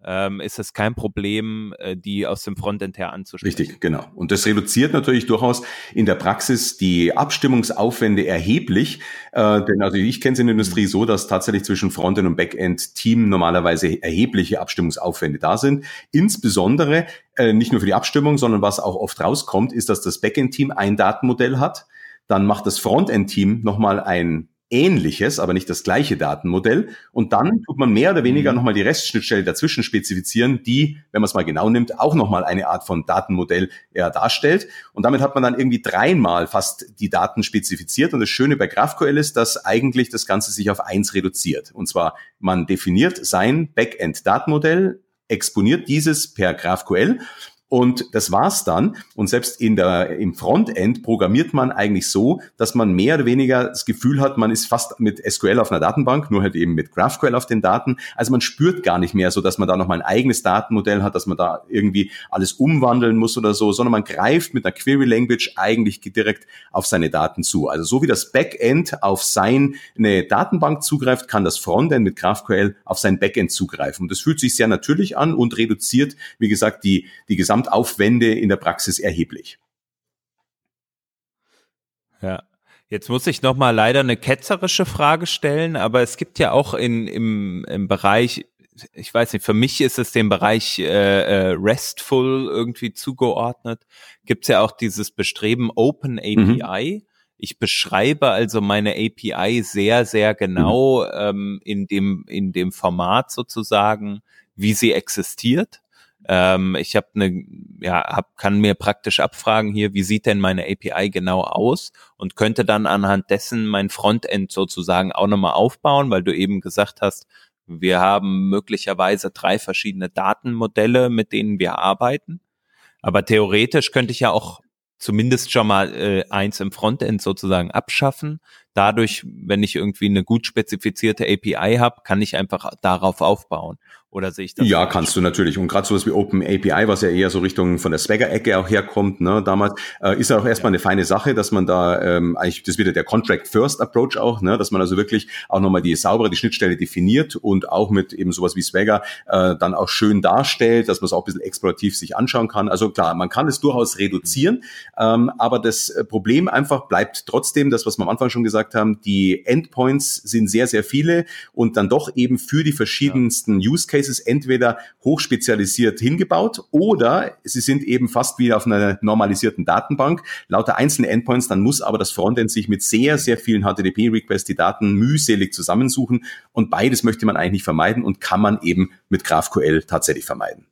ist es kein Problem, die aus dem Frontend her anzusprechen. Richtig, genau. Und das reduziert natürlich durchaus in der Praxis die Abstimmungsaufwände erheblich. Denn also ich kenne es in der Industrie so, dass tatsächlich zwischen Frontend und Backend-Team normalerweise erhebliche Abstimmungsaufwände da sind. Insbesondere nicht nur für die Abstimmung, sondern was auch oft rauskommt, ist, dass das Backend-Team ein Datenmodell hat. Dann macht das Frontend-Team nochmal ein ähnliches, aber nicht das gleiche Datenmodell. Und dann tut man mehr oder weniger nochmal die Restschnittstelle dazwischen spezifizieren, die, wenn man es mal genau nimmt, auch nochmal eine Art von Datenmodell darstellt. Und damit hat man dann irgendwie dreimal fast die Daten spezifiziert. Und das Schöne bei GraphQL ist, dass eigentlich das Ganze sich auf eins reduziert. Und zwar, man definiert sein Backend-Datenmodell, exponiert dieses per GraphQL. Und das war's dann. Und selbst im Frontend programmiert man eigentlich so, dass man mehr oder weniger das Gefühl hat, man ist fast mit SQL auf einer Datenbank, nur halt eben mit GraphQL auf den Daten. Also man spürt gar nicht mehr so, dass man da nochmal ein eigenes Datenmodell hat, dass man da irgendwie alles umwandeln muss oder so, sondern man greift mit einer Query Language eigentlich direkt auf seine Daten zu. Also so wie das Backend auf seine Datenbank zugreift, kann das Frontend mit GraphQL auf sein Backend zugreifen. Und das fühlt sich sehr natürlich an und reduziert, wie gesagt, die Gesamtaufwände in der Praxis erheblich. Ja, jetzt muss ich nochmal leider eine ketzerische Frage stellen, aber es gibt ja auch im Bereich, ich weiß nicht, für mich ist es dem Bereich RESTful irgendwie zugeordnet, gibt es ja auch dieses Bestreben Open API. Ich beschreibe also meine API sehr, sehr genau in dem Format sozusagen, wie sie existiert. Ich kann mir praktisch abfragen hier, wie sieht denn meine API genau aus und könnte dann anhand dessen mein Frontend sozusagen auch nochmal aufbauen, weil du eben gesagt hast, wir haben möglicherweise 3 verschiedene Datenmodelle, mit denen wir arbeiten. Aber theoretisch könnte ich ja auch zumindest schon mal eins im Frontend sozusagen abschaffen. Dadurch, wenn ich irgendwie eine gut spezifizierte API habe, kann ich einfach darauf aufbauen. Oder sehe ich das? Ja, kannst du natürlich. Und gerade sowas wie Open API, was ja eher so Richtung von der Swagger-Ecke auch herkommt, ne, damals, ist ja auch erstmal eine feine Sache, dass man da eigentlich, das ist wieder der Contract-First-Approach auch, ne, dass man also wirklich auch nochmal die Schnittstelle definiert und auch mit eben sowas wie Swagger dann auch schön darstellt, dass man es auch ein bisschen explorativ sich anschauen kann. Also klar, man kann es durchaus reduzieren, aber das Problem einfach bleibt trotzdem, das, was wir am Anfang schon gesagt haben, die Endpoints sind sehr, sehr viele und dann doch eben für die verschiedensten Use Cases entweder hochspezialisiert hingebaut oder sie sind eben fast wie auf einer normalisierten Datenbank, lauter einzelne Endpoints, dann muss aber das Frontend sich mit sehr, sehr vielen HTTP-Requests die Daten mühselig zusammensuchen und beides möchte man eigentlich nicht vermeiden und kann man eben mit GraphQL tatsächlich vermeiden.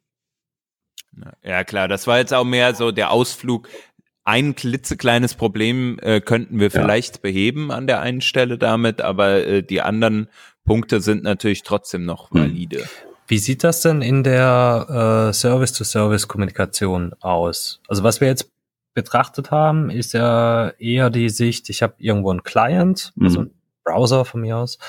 Ja klar, das war jetzt auch mehr so der Ausflug. Ein klitzekleines Problem könnten wir vielleicht beheben an der einen Stelle damit, aber die anderen Punkte sind natürlich trotzdem noch valide. Wie sieht das denn in der Service-to-Service-Kommunikation aus? Also was wir jetzt betrachtet haben, ist ja eher die Sicht, ich habe irgendwo einen Client, also einen Browser von mir aus,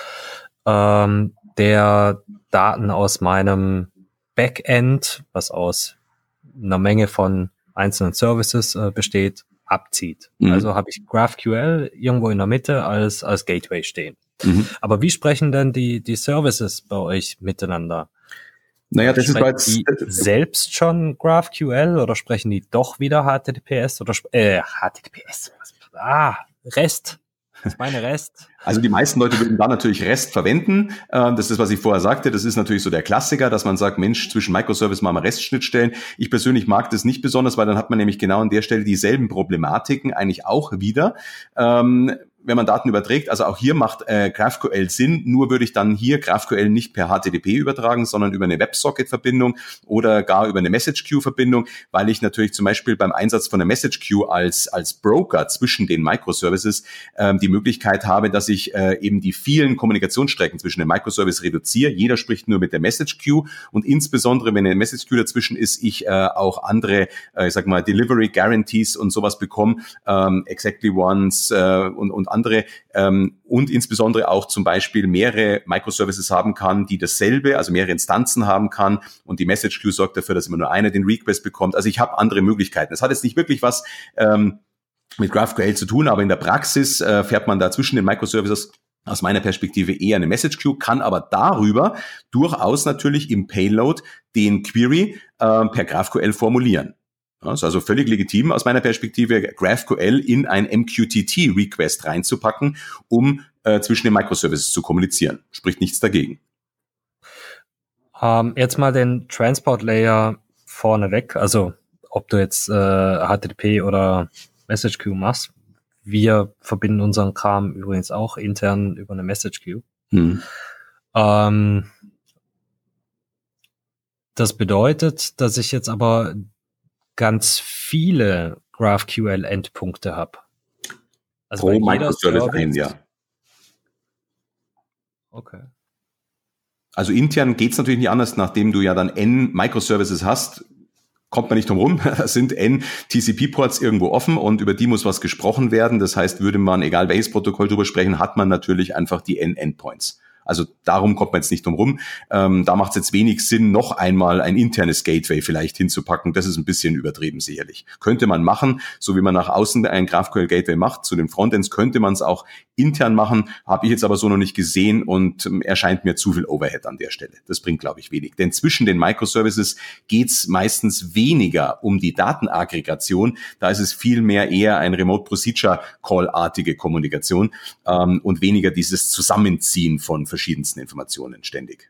der Daten aus meinem Backend, was aus einer Menge von einzelnen Services besteht, abzieht. Also habe ich GraphQL irgendwo in der Mitte als Gateway stehen. Aber wie sprechen denn die Services bei euch miteinander? Naja, das ist die selbst schon GraphQL oder sprechen die doch wieder HTTPS oder HTTPS? REST. Das ist meine REST. Also die meisten Leute würden da natürlich REST verwenden. Das ist, was ich vorher sagte. Das ist natürlich so der Klassiker, dass man sagt, Mensch, zwischen Microservice machen wir REST-Schnittstellen. Ich persönlich mag das nicht besonders, weil dann hat man nämlich genau an der Stelle dieselben Problematiken eigentlich auch wieder. Wenn man Daten überträgt, also auch hier macht GraphQL Sinn, nur würde ich dann hier GraphQL nicht per HTTP übertragen, sondern über eine WebSocket-Verbindung oder gar über eine Message-Queue-Verbindung, weil ich natürlich zum Beispiel beim Einsatz von einer Message-Queue als Broker zwischen den Microservices die Möglichkeit habe, dass ich eben die vielen Kommunikationsstrecken zwischen den Microservices reduziere. Jeder spricht nur mit der Message-Queue und insbesondere, wenn eine Message-Queue dazwischen ist, ich auch andere, Delivery Guarantees und sowas bekomme, Exactly Ones und andere und insbesondere auch zum Beispiel mehrere Microservices haben kann, die dasselbe, also mehrere Instanzen haben kann und die Message Queue sorgt dafür, dass immer nur einer den Request bekommt. Also ich habe andere Möglichkeiten. Das hat jetzt nicht wirklich was mit GraphQL zu tun, aber in der Praxis fährt man da zwischen den Microservices aus meiner Perspektive eher eine Message Queue, kann aber darüber durchaus natürlich im Payload den Query per GraphQL formulieren. Das ist also völlig legitim aus meiner Perspektive, GraphQL in ein MQTT-Request reinzupacken, um zwischen den Microservices zu kommunizieren. Spricht nichts dagegen. Jetzt mal den Transport Layer vorneweg, also ob du jetzt HTTP oder Message Queue machst. Wir verbinden unseren Kram übrigens auch intern über eine Message Queue. Das bedeutet, dass ich jetzt aber ganz viele GraphQL-Endpunkte habe. Also pro Microservice ein, ja. Okay. Also intern geht's natürlich nicht anders, nachdem du ja dann N Microservices hast, kommt man nicht drum rum. Da sind N TCP-Ports irgendwo offen und über die muss was gesprochen werden. Das heißt, würde man, egal welches Protokoll drüber sprechen, hat man natürlich einfach die N-Endpoints. Also darum kommt man jetzt nicht drum rum. Da macht es jetzt wenig Sinn, noch einmal ein internes Gateway vielleicht hinzupacken. Das ist ein bisschen übertrieben sicherlich. Könnte man machen, so wie man nach außen ein GraphQL-Gateway macht. Zu den Frontends könnte man es auch intern machen. Habe ich jetzt aber so noch nicht gesehen und erscheint mir zu viel Overhead an der Stelle. Das bringt, glaube ich, wenig. Denn zwischen den Microservices geht's meistens weniger um die Datenaggregation. Da ist es viel mehr eher ein Remote Procedure Call-artige Kommunikation und weniger dieses Zusammenziehen von verschiedensten Informationen ständig.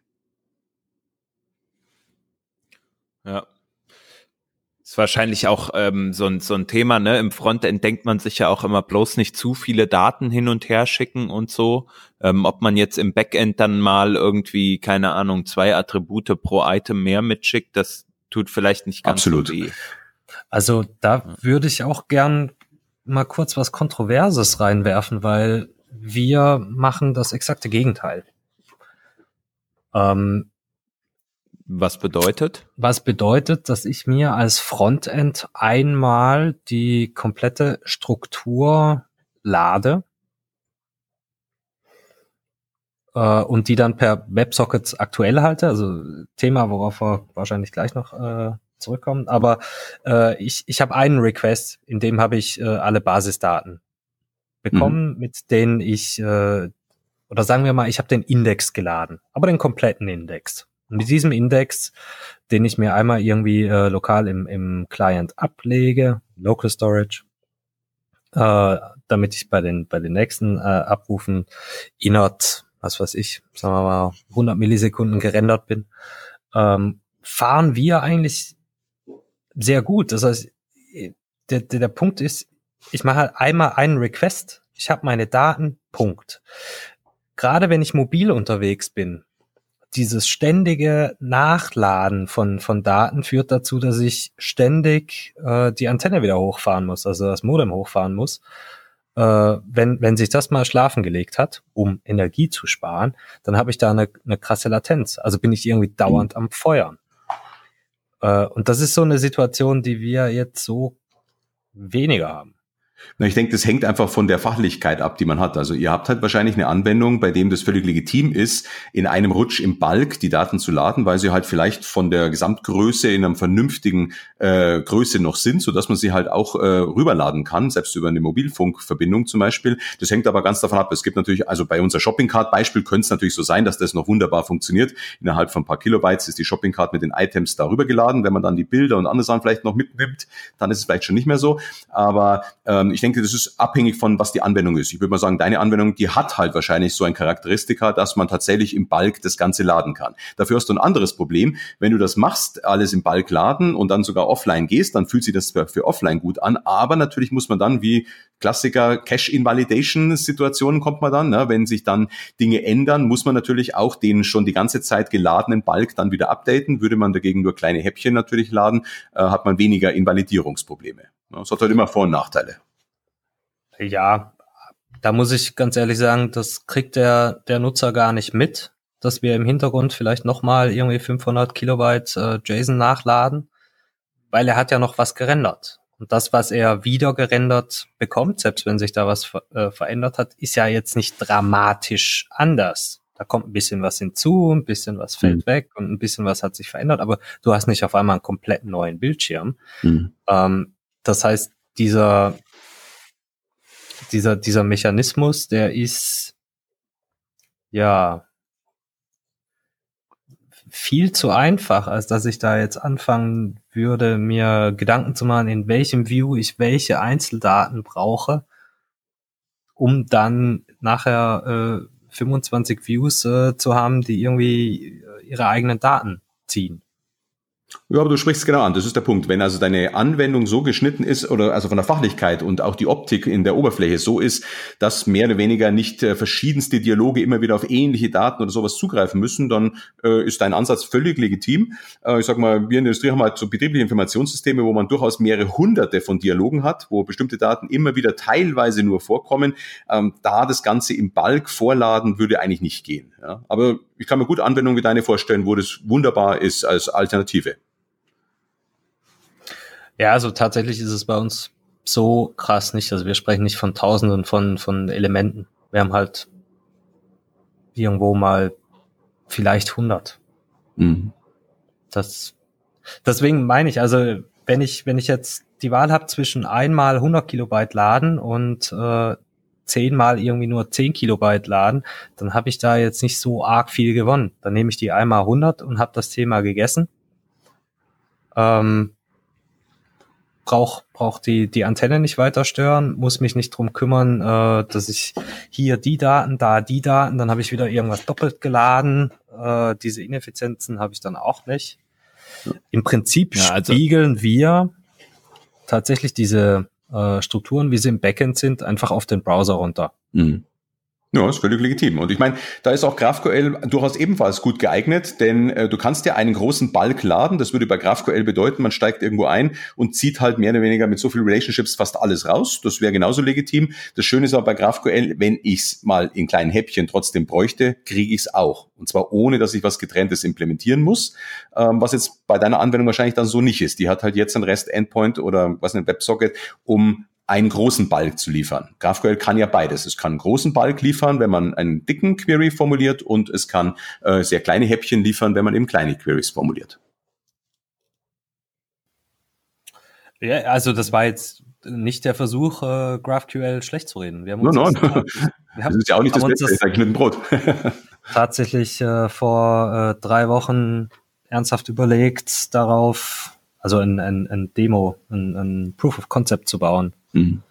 Ja. Ist wahrscheinlich auch so ein Thema, ne? Im Frontend denkt man sich ja auch immer bloß nicht zu viele Daten hin und her schicken und so. Ob man jetzt im Backend dann mal irgendwie, keine Ahnung, 2 Attribute pro Item mehr mitschickt, das tut vielleicht nicht ganz Absolut so weh. Also da würde ich auch gern mal kurz was Kontroverses reinwerfen, weil wir machen das exakte Gegenteil. Was bedeutet? Was bedeutet, dass ich mir als Frontend einmal die komplette Struktur lade und die dann per WebSockets aktuell halte. Also Thema, worauf wir wahrscheinlich gleich noch zurückkommen. Aber ich habe einen Request, in dem habe ich alle Basisdaten bekommen, mit denen ich oder sagen wir mal, ich habe den Index geladen, aber den kompletten Index. Und mit diesem Index, den ich mir einmal irgendwie lokal im Client ablege, Local Storage, damit ich bei den nächsten Abrufen innerhalb, was weiß ich, sagen wir mal 100 Millisekunden gerendert bin, fahren wir eigentlich sehr gut. Das heißt, der Punkt ist, ich mache halt einmal einen Request, ich habe meine Daten, Punkt. Gerade wenn ich mobil unterwegs bin, dieses ständige Nachladen von Daten führt dazu, dass ich ständig die Antenne wieder hochfahren muss, also das Modem hochfahren muss. Wenn sich das mal schlafen gelegt hat, um Energie zu sparen, dann habe ich da eine krasse Latenz. Also bin ich irgendwie dauernd am Feuern. Und das ist so eine Situation, die wir jetzt so weniger haben. Ich denke, das hängt einfach von der Fachlichkeit ab, die man hat. Also ihr habt halt wahrscheinlich eine Anwendung, bei dem das völlig legitim ist, in einem Rutsch im Bulk die Daten zu laden, weil sie halt vielleicht von der Gesamtgröße in einer vernünftigen Größe noch sind, sodass man sie halt auch rüberladen kann, selbst über eine Mobilfunkverbindung zum Beispiel. Das hängt aber ganz davon ab. Es gibt natürlich, also bei unser Shopping-Cart-Beispiel könnte es natürlich so sein, dass das noch wunderbar funktioniert. Innerhalb von ein paar Kilobytes ist die Shopping-Cart mit den Items darüber geladen. Wenn man dann die Bilder und andere Sachen vielleicht noch mitnimmt, dann ist es vielleicht schon nicht mehr so. Aber ich denke, das ist abhängig von, was die Anwendung ist. Ich würde mal sagen, deine Anwendung, die hat halt wahrscheinlich so ein Charakteristika, dass man tatsächlich im Bulk das Ganze laden kann. Dafür hast du ein anderes Problem. Wenn du das machst, alles im Bulk laden und dann sogar offline gehst, dann fühlt sich das für offline gut an. Aber natürlich muss man dann, wie Klassiker, Cache-Invalidation-Situationen kommt man dann. Ne? Wenn sich dann Dinge ändern, muss man natürlich auch den schon die ganze Zeit geladenen Bulk dann wieder updaten. Würde man dagegen nur kleine Häppchen natürlich laden, hat man weniger Invalidierungsprobleme. Das hat halt immer Vor- und Nachteile. Ja, da muss ich ganz ehrlich sagen, das kriegt der Nutzer gar nicht mit, dass wir im Hintergrund vielleicht nochmal irgendwie 500 Kilobyte JSON nachladen, weil er hat ja noch was gerendert. Und das, was er wieder gerendert bekommt, selbst wenn sich da was verändert hat, ist ja jetzt nicht dramatisch anders. Da kommt ein bisschen was hinzu, ein bisschen was fällt weg und ein bisschen was hat sich verändert, aber du hast nicht auf einmal einen komplett neuen Bildschirm. Das heißt, dieser Mechanismus, der ist Ja, viel zu einfach, als dass ich da jetzt anfangen würde, mir Gedanken zu machen, in welchem View ich welche Einzeldaten brauche, um dann nachher 25 Views zu haben, die irgendwie ihre eigenen Daten ziehen. Ja, aber du sprichst genau an, das ist der Punkt. Wenn also deine Anwendung so geschnitten ist oder also von der Fachlichkeit und auch die Optik in der Oberfläche so ist, dass mehr oder weniger nicht verschiedenste Dialoge immer wieder auf ähnliche Daten oder sowas zugreifen müssen, dann ist dein Ansatz völlig legitim. Ich sag mal, wir in der Industrie haben halt so betriebliche Informationssysteme, wo man durchaus mehrere hunderte von Dialogen hat, wo bestimmte Daten immer wieder teilweise nur vorkommen. Da das Ganze im Bulk vorladen würde eigentlich nicht gehen. Ja? Aber ich kann mir gut Anwendungen wie deine vorstellen, wo das wunderbar ist als Alternative. Ja, also tatsächlich ist es bei uns so krass nicht. Also wir sprechen nicht von Tausenden von Elementen. Wir haben halt irgendwo mal vielleicht 100. Mhm. Deswegen meine ich, also wenn ich jetzt die Wahl habe zwischen einmal 100 Kilobyte laden und 10 mal irgendwie nur 10 Kilobyte laden, dann habe ich da jetzt nicht so arg viel gewonnen. Dann nehme ich die einmal 100 und habe das Thema gegessen. Brauch die Antenne nicht weiter stören, muss mich nicht drum kümmern, dass ich hier die Daten, da die Daten, dann habe ich wieder irgendwas doppelt geladen. Diese Ineffizienzen habe ich dann auch nicht. Im Prinzip spiegeln wir tatsächlich diese Strukturen, wie sie im Backend sind, einfach auf den Browser runter. Mhm. Ja, ist völlig legitim. Und ich meine, da ist auch GraphQL durchaus ebenfalls gut geeignet, denn du kannst ja einen großen Bulk laden. Das würde bei GraphQL bedeuten, man steigt irgendwo ein und zieht halt mehr oder weniger mit so vielen Relationships fast alles raus. Das wäre genauso legitim. Das Schöne ist aber bei GraphQL, wenn ich es mal in kleinen Häppchen trotzdem bräuchte, kriege ich es auch. Und zwar ohne, dass ich was Getrenntes implementieren muss, was jetzt bei deiner Anwendung wahrscheinlich dann so nicht ist. Die hat halt jetzt ein REST-Endpoint oder was ein WebSocket, um einen großen Bulk zu liefern. GraphQL kann ja beides. Es kann einen großen Bulk liefern, wenn man einen dicken Query formuliert, und es kann sehr kleine Häppchen liefern, wenn man eben kleine Queries formuliert. Ja, also das war jetzt nicht der Versuch, GraphQL schlecht zu reden. Wir haben uns das ist ja auch nicht das Beste, das ist eigentlich ein Brot. tatsächlich vor 3 Wochen ernsthaft überlegt, darauf, also ein Demo, ein Proof of Concept zu bauen. Mhm.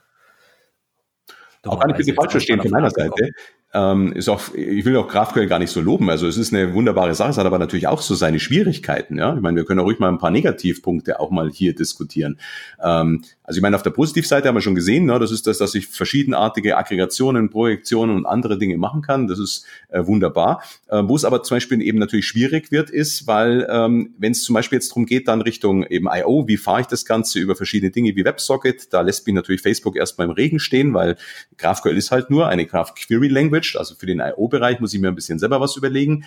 Auch gar nicht bitte falsch verstehen von meiner Seite. Ist auch, ich will auch GraphQL gar nicht so loben. Also es ist eine wunderbare Sache, es hat aber natürlich auch so seine Schwierigkeiten. Ja, ich meine, wir können auch ruhig mal ein paar Negativpunkte auch mal hier diskutieren. Also ich meine, auf der Positivseite haben wir schon gesehen, ne, das ist das, dass ich verschiedenartige Aggregationen, Projektionen und andere Dinge machen kann. Das ist wunderbar. Wo es aber zum Beispiel eben natürlich schwierig wird, ist, weil wenn es zum Beispiel jetzt darum geht, dann Richtung eben I.O., wie fahre ich das Ganze über verschiedene Dinge wie WebSocket, da lässt mich natürlich Facebook erstmal im Regen stehen, weil GraphQL ist halt nur eine Graph Query Language. Also für den I.O.-Bereich muss ich mir ein bisschen selber was überlegen.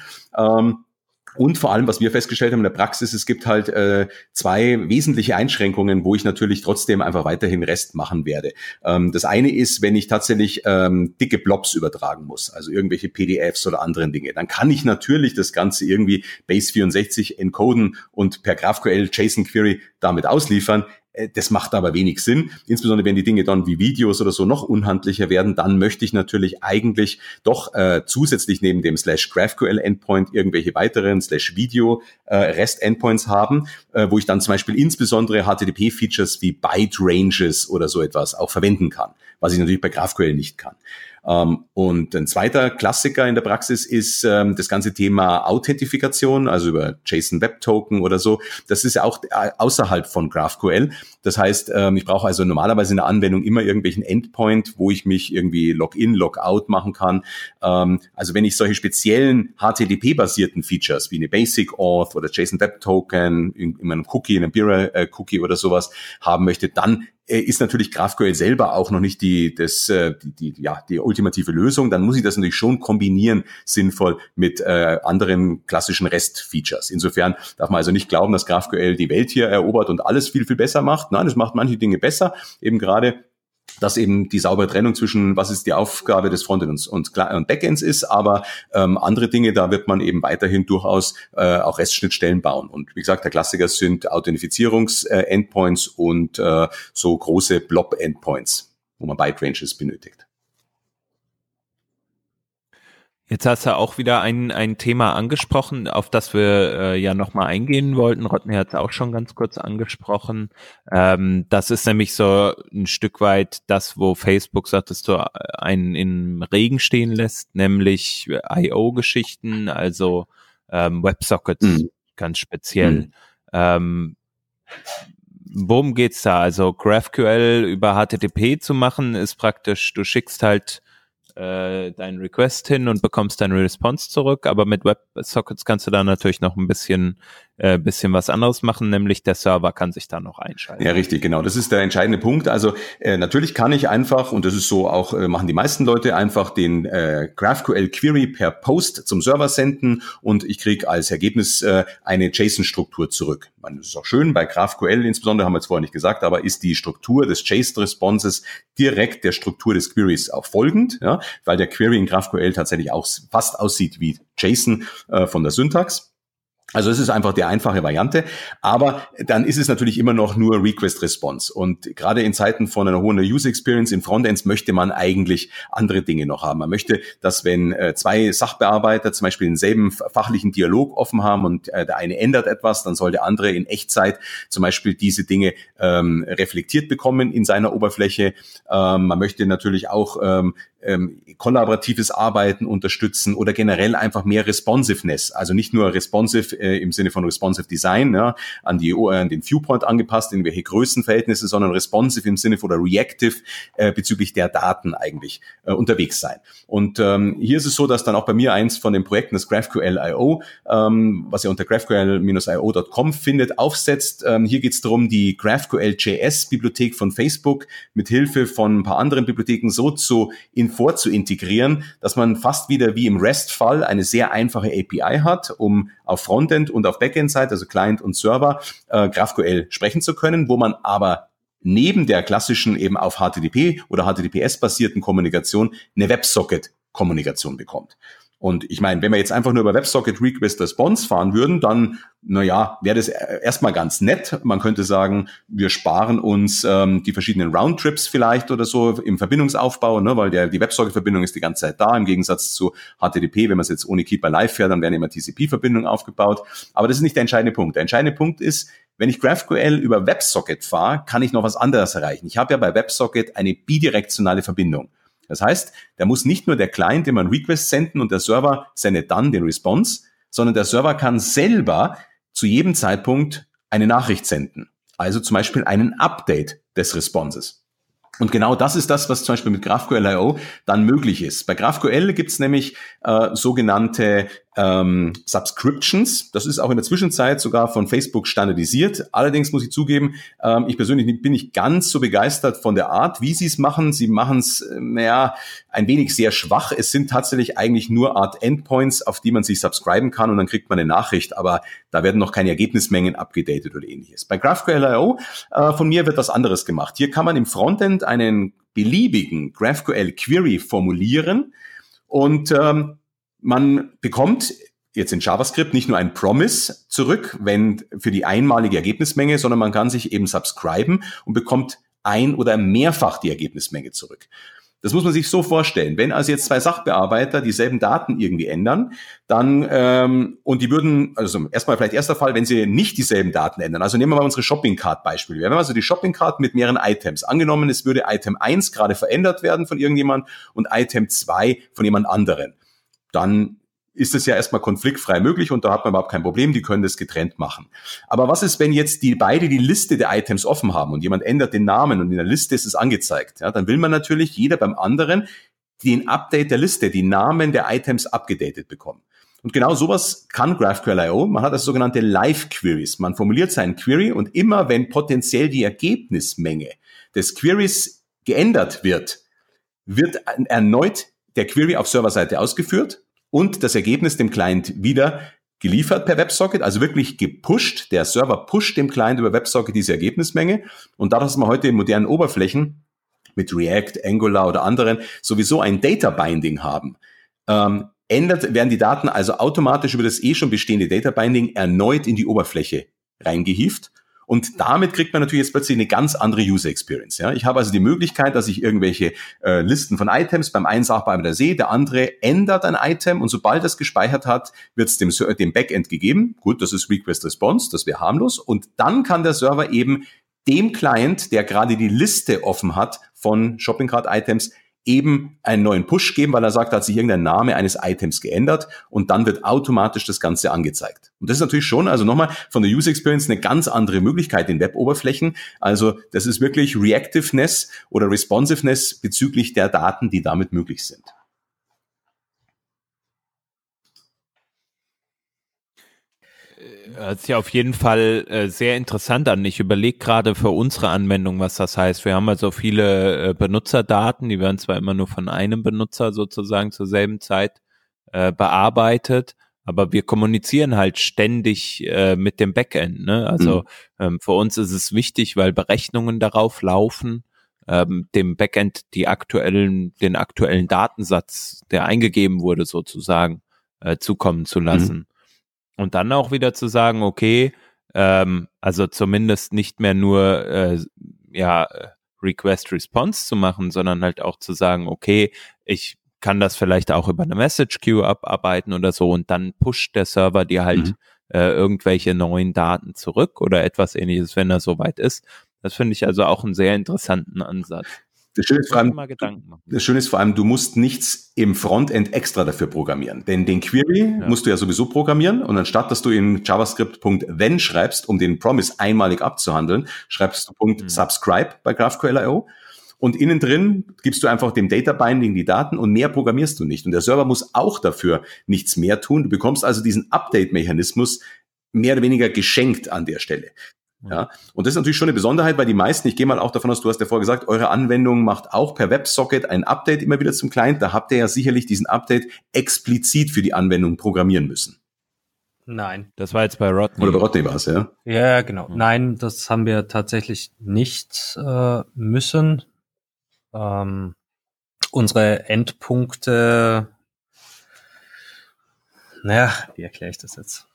Und vor allem, was wir festgestellt haben in der Praxis, es gibt halt 2 wesentliche Einschränkungen, wo ich natürlich trotzdem einfach weiterhin REST machen werde. Das eine ist, wenn ich tatsächlich dicke Blobs übertragen muss, also irgendwelche PDFs oder anderen Dinge, dann kann ich natürlich das Ganze irgendwie Base64 encoden und per GraphQL JSON Query damit ausliefern. Das macht aber wenig Sinn. Insbesondere wenn die Dinge dann wie Videos oder so noch unhandlicher werden, dann möchte ich natürlich eigentlich doch zusätzlich neben dem /GraphQL Endpoint irgendwelche weiteren /Video REST Endpoints haben, wo ich dann zum Beispiel insbesondere HTTP-Features wie Byte Ranges oder so etwas auch verwenden kann, was ich natürlich bei GraphQL nicht kann. Und ein zweiter Klassiker in der Praxis ist das ganze Thema Authentifikation, also über JSON Web Token oder so. Das ist ja auch außerhalb von GraphQL. Das heißt, ich brauche also normalerweise in der Anwendung immer irgendwelchen Endpoint, wo ich mich irgendwie Login, Logout machen kann. Also wenn ich solche speziellen HTTP-basierten Features wie eine Basic Auth oder JSON Web Token, in einem Cookie, in einem Bearer Cookie oder sowas haben möchte, dann ist natürlich GraphQL selber auch noch nicht die ultimative Lösung. Dann muss ich das natürlich schon kombinieren, sinnvoll mit anderen klassischen REST-Features. Insofern darf man also nicht glauben, dass GraphQL die Welt hier erobert und alles viel, viel besser macht. Nein, es macht manche Dinge besser, eben gerade dass eben die saubere Trennung zwischen was ist die Aufgabe des Frontends und Backends ist, aber andere Dinge, da wird man eben weiterhin durchaus auch REST-Schnittstellen bauen. Und wie gesagt, der Klassiker sind Authentifizierungs-Endpoints und so große Blob-Endpoints, wo man Byte-Ranges benötigt. Jetzt hast du auch wieder ein Thema angesprochen, auf das wir ja nochmal eingehen wollten. Rodney hat es auch schon ganz kurz angesprochen. Das ist nämlich so ein Stück weit das, wo Facebook, sagtest du, einen im Regen stehen lässt, nämlich I/O-Geschichten, also WebSockets ganz speziell. Worum geht's da? Also GraphQL über HTTP zu machen, ist praktisch, du schickst halt deinen Request hin und bekommst deine Response zurück, aber mit WebSockets kannst du da natürlich noch ein bisschen was anderes machen, nämlich der Server kann sich da noch einschalten. Ja, richtig, genau. Das ist der entscheidende Punkt. Also natürlich kann ich einfach, und das ist so auch, machen die meisten Leute, einfach den GraphQL Query per Post zum Server senden und ich kriege als Ergebnis eine JSON-Struktur zurück. Das ist auch schön, bei GraphQL insbesondere, haben wir jetzt vorher nicht gesagt, aber ist die Struktur des JSON-Responses direkt der Struktur des Queries auch folgend, ja, weil der Query in GraphQL tatsächlich auch fast aussieht wie JSON von der Syntax. Also es ist einfach die einfache Variante, aber dann ist es natürlich immer noch nur Request-Response und gerade in Zeiten von einer hohen User Experience in Frontends möchte man eigentlich andere Dinge noch haben. Man möchte, dass wenn zwei Sachbearbeiter zum Beispiel denselben fachlichen Dialog offen haben und der eine ändert etwas, dann soll der andere in Echtzeit zum Beispiel diese Dinge reflektiert bekommen in seiner Oberfläche. Man möchte natürlich auch kollaboratives Arbeiten unterstützen oder generell einfach mehr Responsiveness, also nicht nur responsive im Sinne von responsive Design, ja, an den Viewport angepasst, in welche Größenverhältnisse, sondern responsive im Sinne von oder reactive bezüglich der Daten eigentlich unterwegs sein. Und hier ist es so, dass dann auch bei mir eins von den Projekten, das GraphQL.io, was ihr unter graphql-io.com findet, aufsetzt. Hier geht es darum, die GraphQL.js-Bibliothek von Facebook mit Hilfe von ein paar anderen Bibliotheken so vorzuintegrieren, dass man fast wieder wie im REST-Fall eine sehr einfache API hat, um auf Frontend und auf Backend-Seite, also Client und Server, GraphQL sprechen zu können, wo man aber neben der klassischen eben auf HTTP oder HTTPS-basierten Kommunikation eine WebSocket-Kommunikation bekommt. Und ich meine, wenn wir jetzt einfach nur über WebSocket Request Response fahren würden, dann, wäre das erstmal ganz nett. Man könnte sagen, wir sparen uns die verschiedenen Roundtrips vielleicht oder so im Verbindungsaufbau, ne, weil die WebSocket-Verbindung ist die ganze Zeit da, im Gegensatz zu HTTP. Wenn man es jetzt ohne Keeper Live fährt, dann werden immer TCP-Verbindungen aufgebaut. Aber das ist nicht der entscheidende Punkt. Der entscheidende Punkt ist, wenn ich GraphQL über WebSocket fahre, kann ich noch was anderes erreichen. Ich habe ja bei WebSocket eine bidirektionale Verbindung. Das heißt, da muss nicht nur der Client immer einen Request senden und der Server sendet dann den Response, sondern der Server kann selber zu jedem Zeitpunkt eine Nachricht senden. Also zum Beispiel einen Update des Responses. Und genau das ist das, was zum Beispiel mit GraphQL.io dann möglich ist. Bei GraphQL gibt's nämlich sogenannte Subscriptions. Das ist auch in der Zwischenzeit sogar von Facebook standardisiert. Allerdings muss ich zugeben, ich persönlich bin nicht ganz so begeistert von der Art, wie sie es machen. Sie machen es, ein wenig sehr schwach. Es sind tatsächlich eigentlich nur Art Endpoints, auf die man sich subscriben kann und dann kriegt man eine Nachricht, aber da werden noch keine Ergebnismengen abgedatet oder ähnliches. Bei GraphQL.io von mir wird was anderes gemacht. Hier kann man im Frontend einen beliebigen GraphQL-Query formulieren und man bekommt jetzt in JavaScript nicht nur ein Promise zurück, wenn für die einmalige Ergebnismenge, sondern man kann sich eben subscriben und bekommt ein- oder mehrfach die Ergebnismenge zurück. Das muss man sich so vorstellen. Wenn also jetzt zwei Sachbearbeiter dieselben Daten irgendwie ändern, dann und die würden, also erstmal vielleicht erster Fall, wenn sie nicht dieselben Daten ändern. Also nehmen wir mal unsere Shopping-Cart-Beispiele. Wir haben also die Shopping-Cart mit mehreren Items. Angenommen, es würde Item 1 gerade verändert werden von irgendjemand und Item 2 von jemand anderen. Dann ist es ja erstmal konfliktfrei möglich und da hat man überhaupt kein Problem, die können das getrennt machen. Aber was ist, wenn jetzt beide die Liste der Items offen haben und jemand ändert den Namen und in der Liste ist es angezeigt? Ja, dann will man natürlich jeder beim anderen den Update der Liste, die Namen der Items abgedatet bekommen. Und genau sowas kann GraphQL.io. Man hat das sogenannte Live-Queries. Man formuliert seinen Query und immer wenn potenziell die Ergebnismenge des Queries geändert wird erneut der Query auf Serverseite ausgeführt und das Ergebnis dem Client wieder geliefert per WebSocket, also wirklich gepusht. Der Server pusht dem Client über WebSocket diese Ergebnismenge. Und dadurch, dass man heute in modernen Oberflächen mit React, Angular oder anderen sowieso ein Data Binding haben, werden die Daten also automatisch über das schon bestehende Data Binding erneut in die Oberfläche reingehievt. Und damit kriegt man natürlich jetzt plötzlich eine ganz andere User Experience. Ja? Ich habe also die Möglichkeit, dass ich irgendwelche Listen von Items beim einen Sachbearbeiter sehe, der andere ändert ein Item und sobald er es gespeichert hat, wird es dem Backend gegeben. Gut, das ist Request Response, das wäre harmlos. Und dann kann der Server eben dem Client, der gerade die Liste offen hat von Shopping Cart Items, eben einen neuen Push geben, weil er sagt, da hat sich irgendein Name eines Items geändert und dann wird automatisch das Ganze angezeigt. Und das ist natürlich schon, also nochmal, von der User Experience eine ganz andere Möglichkeit in Web-Oberflächen. Also das ist wirklich Reactiveness oder Responsiveness bezüglich der Daten, die damit möglich sind. Hört sich auf jeden Fall sehr interessant an. Ich überlege gerade für unsere Anwendung, was das heißt. Wir haben also viele Benutzerdaten, die werden zwar immer nur von einem Benutzer sozusagen zur selben Zeit bearbeitet, aber wir kommunizieren halt ständig mit dem Backend. Ne? Also für uns ist es wichtig, weil Berechnungen darauf laufen, dem Backend den aktuellen Datensatz, der eingegeben wurde, sozusagen zukommen zu lassen. Und dann auch wieder zu sagen, okay, also zumindest nicht mehr nur Request-Response zu machen, sondern halt auch zu sagen, okay, ich kann das vielleicht auch über eine Message-Queue abarbeiten oder so und dann pusht der Server dir halt irgendwelche neuen Daten zurück oder etwas Ähnliches, wenn er soweit ist. Das finde ich also auch einen sehr interessanten Ansatz. Das Schöne ist vor allem, du musst nichts im Frontend extra dafür programmieren. Denn den Query musst du ja sowieso programmieren und anstatt, dass du in JavaScript.when schreibst, um den Promise einmalig abzuhandeln, schreibst du .subscribe bei GraphQL.io und innen drin gibst du einfach dem Data Binding die Daten und mehr programmierst du nicht. Und der Server muss auch dafür nichts mehr tun. Du bekommst also diesen Update-Mechanismus mehr oder weniger geschenkt an der Stelle. Ja, und das ist natürlich schon eine Besonderheit, weil die meisten, ich gehe mal auch davon aus, du hast ja vorher gesagt, eure Anwendung macht auch per WebSocket ein Update immer wieder zum Client. Da habt ihr ja sicherlich diesen Update explizit für die Anwendung programmieren müssen. Nein. Das war jetzt bei Rodney. Oder bei Rodney war es, ja? Ja, genau. Nein, das haben wir tatsächlich nicht müssen. Unsere Endpunkte, wie erkläre ich das jetzt?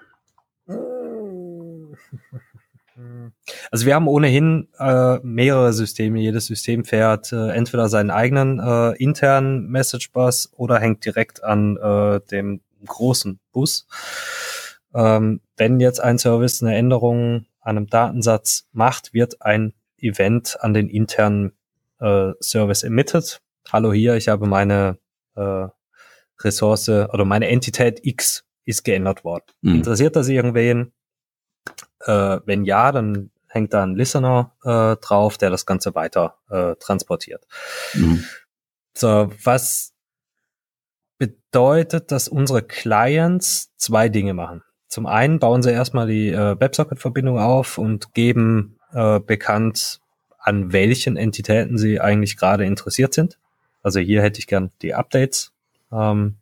Also wir haben ohnehin mehrere Systeme. Jedes System fährt entweder seinen eigenen internen Message Bus oder hängt direkt an dem großen Bus. Wenn jetzt ein Service eine Änderung an einem Datensatz macht, wird ein Event an den internen Service emitted. Hallo hier, ich habe meine Ressource oder meine Entität X ist geändert worden. Interessiert das irgendwen? Wenn ja, dann hängt da ein Listener drauf, der das Ganze weiter transportiert. So, was bedeutet, dass unsere Clients zwei Dinge machen. Zum einen bauen sie erstmal die WebSocket-Verbindung auf und geben bekannt, an welchen Entitäten sie eigentlich gerade interessiert sind. Also hier hätte ich gern die Updates und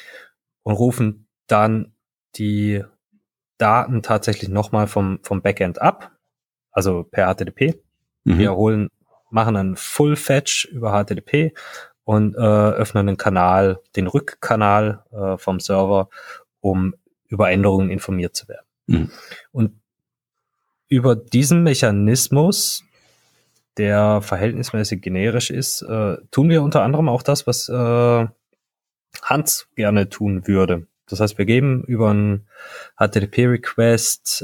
rufen dann die Daten tatsächlich nochmal vom Backend ab, also per HTTP. Wir machen einen Full Fetch über HTTP und öffnen einen Kanal, den Rückkanal vom Server, um über Änderungen informiert zu werden. Und über diesen Mechanismus, der verhältnismäßig generisch ist, tun wir unter anderem auch das, was Hans gerne tun würde. Das heißt, wir geben über einen HTTP-Request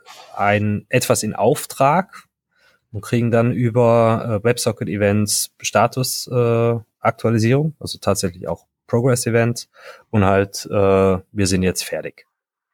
etwas in Auftrag und kriegen dann über WebSocket-Events Status-Aktualisierung, also tatsächlich auch Progress-Events und halt, wir sind jetzt fertig.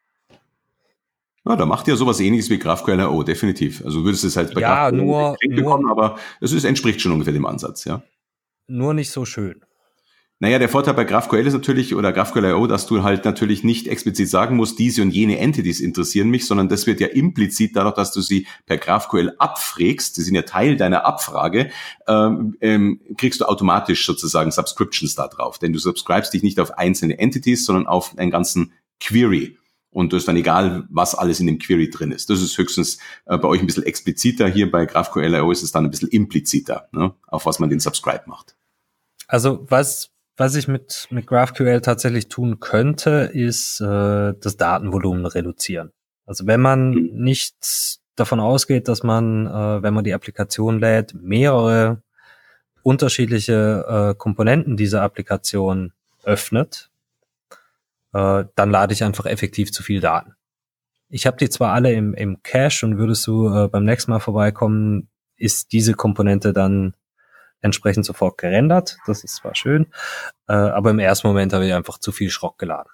Ja, da macht ihr sowas Ähnliches wie GraphQL.io, definitiv. Also würdest du es halt bei GraphQL bekommen, aber es entspricht schon ungefähr dem Ansatz, ja. Nur nicht so schön. Naja, der Vorteil bei GraphQL ist natürlich, oder GraphQL.io, dass du halt natürlich nicht explizit sagen musst, diese und jene Entities interessieren mich, sondern das wird ja implizit dadurch, dass du sie per GraphQL abfragst, die sind ja Teil deiner Abfrage, kriegst du automatisch sozusagen Subscriptions da drauf. Denn du subscribest dich nicht auf einzelne Entities, sondern auf einen ganzen Query. Und das ist dann egal, was alles in dem Query drin ist. Das ist höchstens bei euch ein bisschen expliziter. Hier bei GraphQL.io ist es dann ein bisschen impliziter, ne, auf was man den Subscribe macht. Also was ich mit GraphQL tatsächlich tun könnte, ist das Datenvolumen reduzieren. Also wenn man nicht davon ausgeht, dass man, wenn man die Applikation lädt, mehrere unterschiedliche Komponenten dieser Applikation öffnet, dann lade ich einfach effektiv zu viel Daten. Ich habe die zwar alle im Cache und würdest du beim nächsten Mal vorbeikommen, ist diese Komponente dann entsprechend sofort gerendert. Das ist zwar schön, aber im ersten Moment habe ich einfach zu viel Schrock geladen.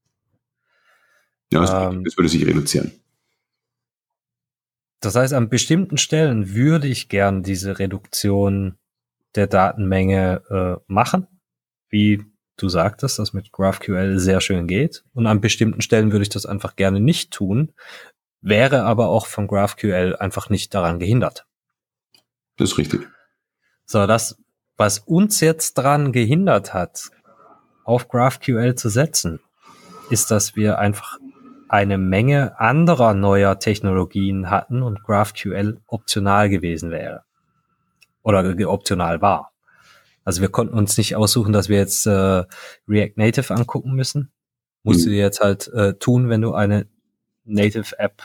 Ja, das würde sich reduzieren. Das heißt, an bestimmten Stellen würde ich gern diese Reduktion der Datenmenge machen, wie du sagtest, das mit GraphQL sehr schön geht. Und an bestimmten Stellen würde ich das einfach gerne nicht tun, wäre aber auch von GraphQL einfach nicht daran gehindert. Das ist richtig. So, das, was uns jetzt daran gehindert hat, auf GraphQL zu setzen, ist, dass wir einfach eine Menge anderer neuer Technologien hatten und GraphQL optional gewesen wäre. Oder optional war. Also wir konnten uns nicht aussuchen, dass wir jetzt React Native angucken müssen. Musst du dir jetzt halt tun, wenn du eine Native App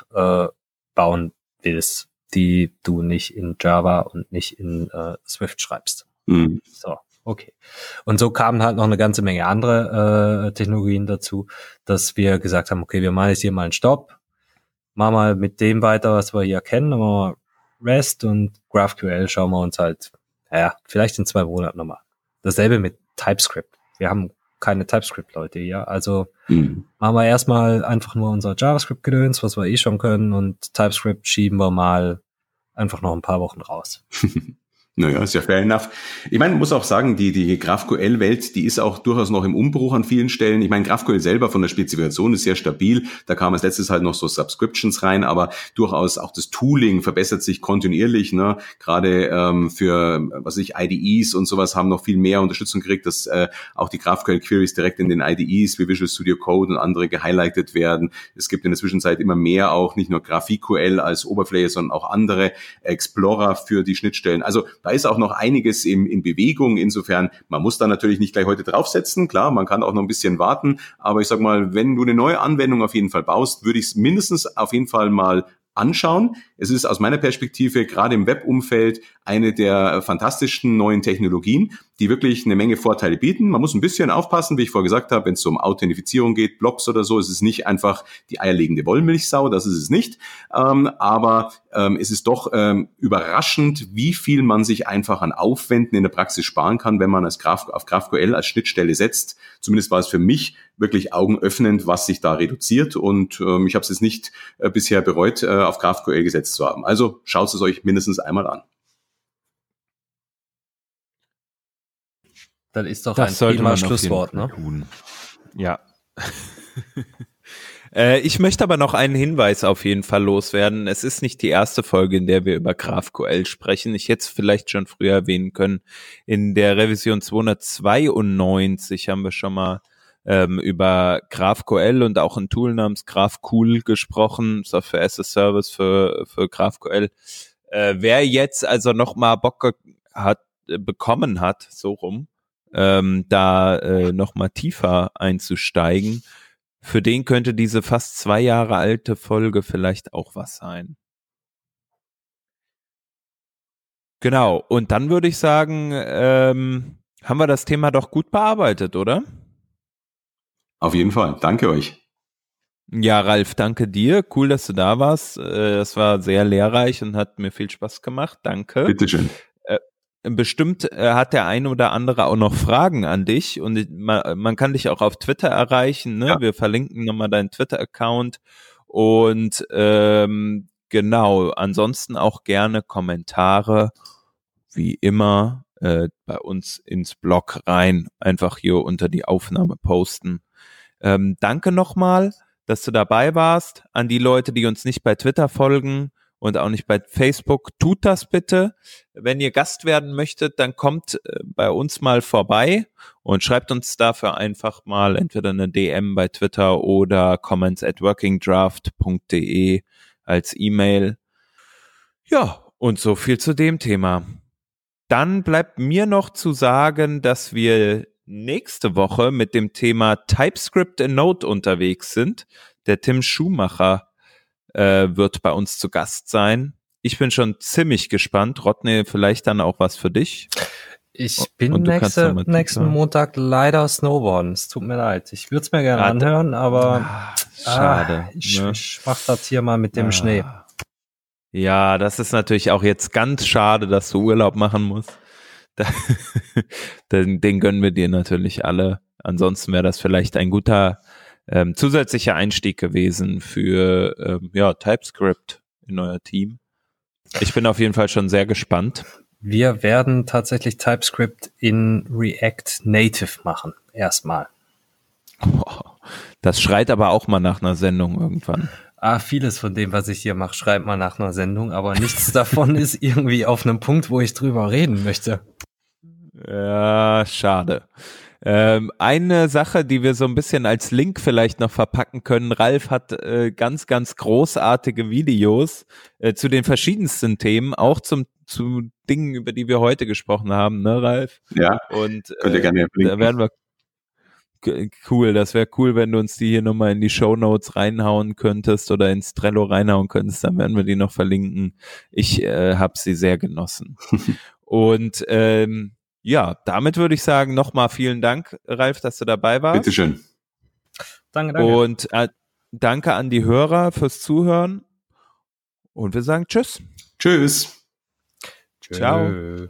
bauen willst, die du nicht in Java und nicht in Swift schreibst. So, okay. Und so kamen halt noch eine ganze Menge andere Technologien dazu, dass wir gesagt haben, okay, wir machen jetzt hier mal einen Stopp, machen mal mit dem weiter, was wir hier kennen, dann machen wir REST und GraphQL schauen wir uns halt, vielleicht in 2 Monaten nochmal. Dasselbe mit TypeScript. Wir haben keine TypeScript-Leute hier, also machen wir erstmal einfach nur unser JavaScript-Gedöns, was wir schon können, und TypeScript schieben wir mal einfach noch ein paar Wochen raus. Naja, ist ja fair enough. Ich meine, man muss auch sagen, die GraphQL-Welt, die ist auch durchaus noch im Umbruch an vielen Stellen. Ich meine, GraphQL selber von der Spezifikation ist sehr stabil. Da kam als letztes halt noch so Subscriptions rein, aber durchaus auch das Tooling verbessert sich kontinuierlich. Ne? Gerade für, IDEs und sowas haben noch viel mehr Unterstützung gekriegt, dass auch die GraphQL-Queries direkt in den IDEs wie Visual Studio Code und andere gehighlightet werden. Es gibt in der Zwischenzeit immer mehr auch, nicht nur GraphQL als Oberfläche, sondern auch andere Explorer für die Schnittstellen. Also da ist auch noch einiges in Bewegung. Insofern, man muss da natürlich nicht gleich heute draufsetzen. Klar, man kann auch noch ein bisschen warten. Aber ich sag mal, wenn du eine neue Anwendung auf jeden Fall baust, würde ich es mindestens auf jeden Fall mal anschauen. Es ist aus meiner Perspektive gerade im Web-Umfeld eine der fantastischen neuen Technologien, die wirklich eine Menge Vorteile bieten. Man muss ein bisschen aufpassen, wie ich vorher gesagt habe, wenn es um Authentifizierung geht, Blobs oder so, es ist nicht einfach die eierlegende Wollmilchsau, das ist es nicht. Aber es ist doch überraschend, wie viel man sich einfach an Aufwänden in der Praxis sparen kann, wenn man auf GraphQL als Schnittstelle setzt. Zumindest war es für mich wirklich augenöffnend, was sich da reduziert. Und ich habe es jetzt nicht bisher bereut, auf GraphQL gesetzt zu haben. Also schaut es euch mindestens einmal an. Dann ist doch ein prima Schlusswort, ne? Ja. Ich möchte aber noch einen Hinweis auf jeden Fall loswerden. Es ist nicht die erste Folge, in der wir über GraphQL sprechen. Ich hätte es vielleicht schon früher erwähnen können. In der Revision 292 haben wir schon mal über GraphQL und auch ein Tool namens GraphQool gesprochen, Software as a Service für GraphQL. Wer jetzt also noch mal Bock bekommen hat, so rum, da noch mal tiefer einzusteigen, für den könnte diese fast 2 Jahre alte Folge vielleicht auch was sein. Genau, und dann würde ich sagen, haben wir das Thema doch gut bearbeitet, oder? Auf jeden Fall. Danke euch. Ja, Ralf, danke dir. Cool, dass du da warst. Das war sehr lehrreich und hat mir viel Spaß gemacht. Danke. Bitteschön. Bestimmt hat der eine oder andere auch noch Fragen an dich und man kann dich auch auf Twitter erreichen. Ne? Ja. Wir verlinken nochmal deinen Twitter-Account und genau, ansonsten auch gerne Kommentare, wie immer, bei uns ins Blog rein, einfach hier unter die Aufnahme posten. Danke nochmal, dass du dabei warst. An die Leute, die uns nicht bei Twitter folgen und auch nicht bei Facebook, tut das bitte. Wenn ihr Gast werden möchtet, dann kommt bei uns mal vorbei und schreibt uns dafür einfach mal entweder eine DM bei Twitter oder comments@workingdraft.de als E-Mail. Ja, und so viel zu dem Thema. Dann bleibt mir noch zu sagen, dass wir nächste Woche mit dem Thema TypeScript in Node unterwegs sind. Der Tim Schumacher wird bei uns zu Gast sein. Ich bin schon ziemlich gespannt. Rodney, vielleicht dann auch was für dich. Ich bin nächsten Montag leider Snowboarden. Es tut mir leid. Ich würde es mir gerne anhören, aber schade. Ich mach das hier mal mit dem Schnee. Ja, das ist natürlich auch jetzt ganz schade, dass du Urlaub machen musst. Den gönnen wir dir natürlich alle. Ansonsten wäre das vielleicht ein guter zusätzlicher Einstieg gewesen für TypeScript in euer Team. Ich bin auf jeden Fall schon sehr gespannt. Wir werden tatsächlich TypeScript in React Native machen, erstmal. Das schreit aber auch mal nach einer Sendung irgendwann. Vieles von dem, was ich hier mache, schreibt mal nach einer Sendung, aber nichts davon ist irgendwie auf einem Punkt, wo ich drüber reden möchte. Ja, schade. Eine Sache, die wir so ein bisschen als Link vielleicht noch verpacken können, Ralf hat ganz, ganz großartige Videos zu den verschiedensten Themen, auch zu Dingen, über die wir heute gesprochen haben, ne, Ralf? Ja, und könnt ihr gerne da werden wir cool, das wäre cool, wenn du uns die hier nochmal in die Shownotes reinhauen könntest oder ins Trello reinhauen könntest, dann werden wir die noch verlinken. Ich habe sie sehr genossen. Und ja, damit würde ich sagen, nochmal vielen Dank, Ralf, dass du dabei warst. Bitteschön. Danke. Und danke an die Hörer fürs Zuhören. Und wir sagen Tschüss. Tschüss. Ciao.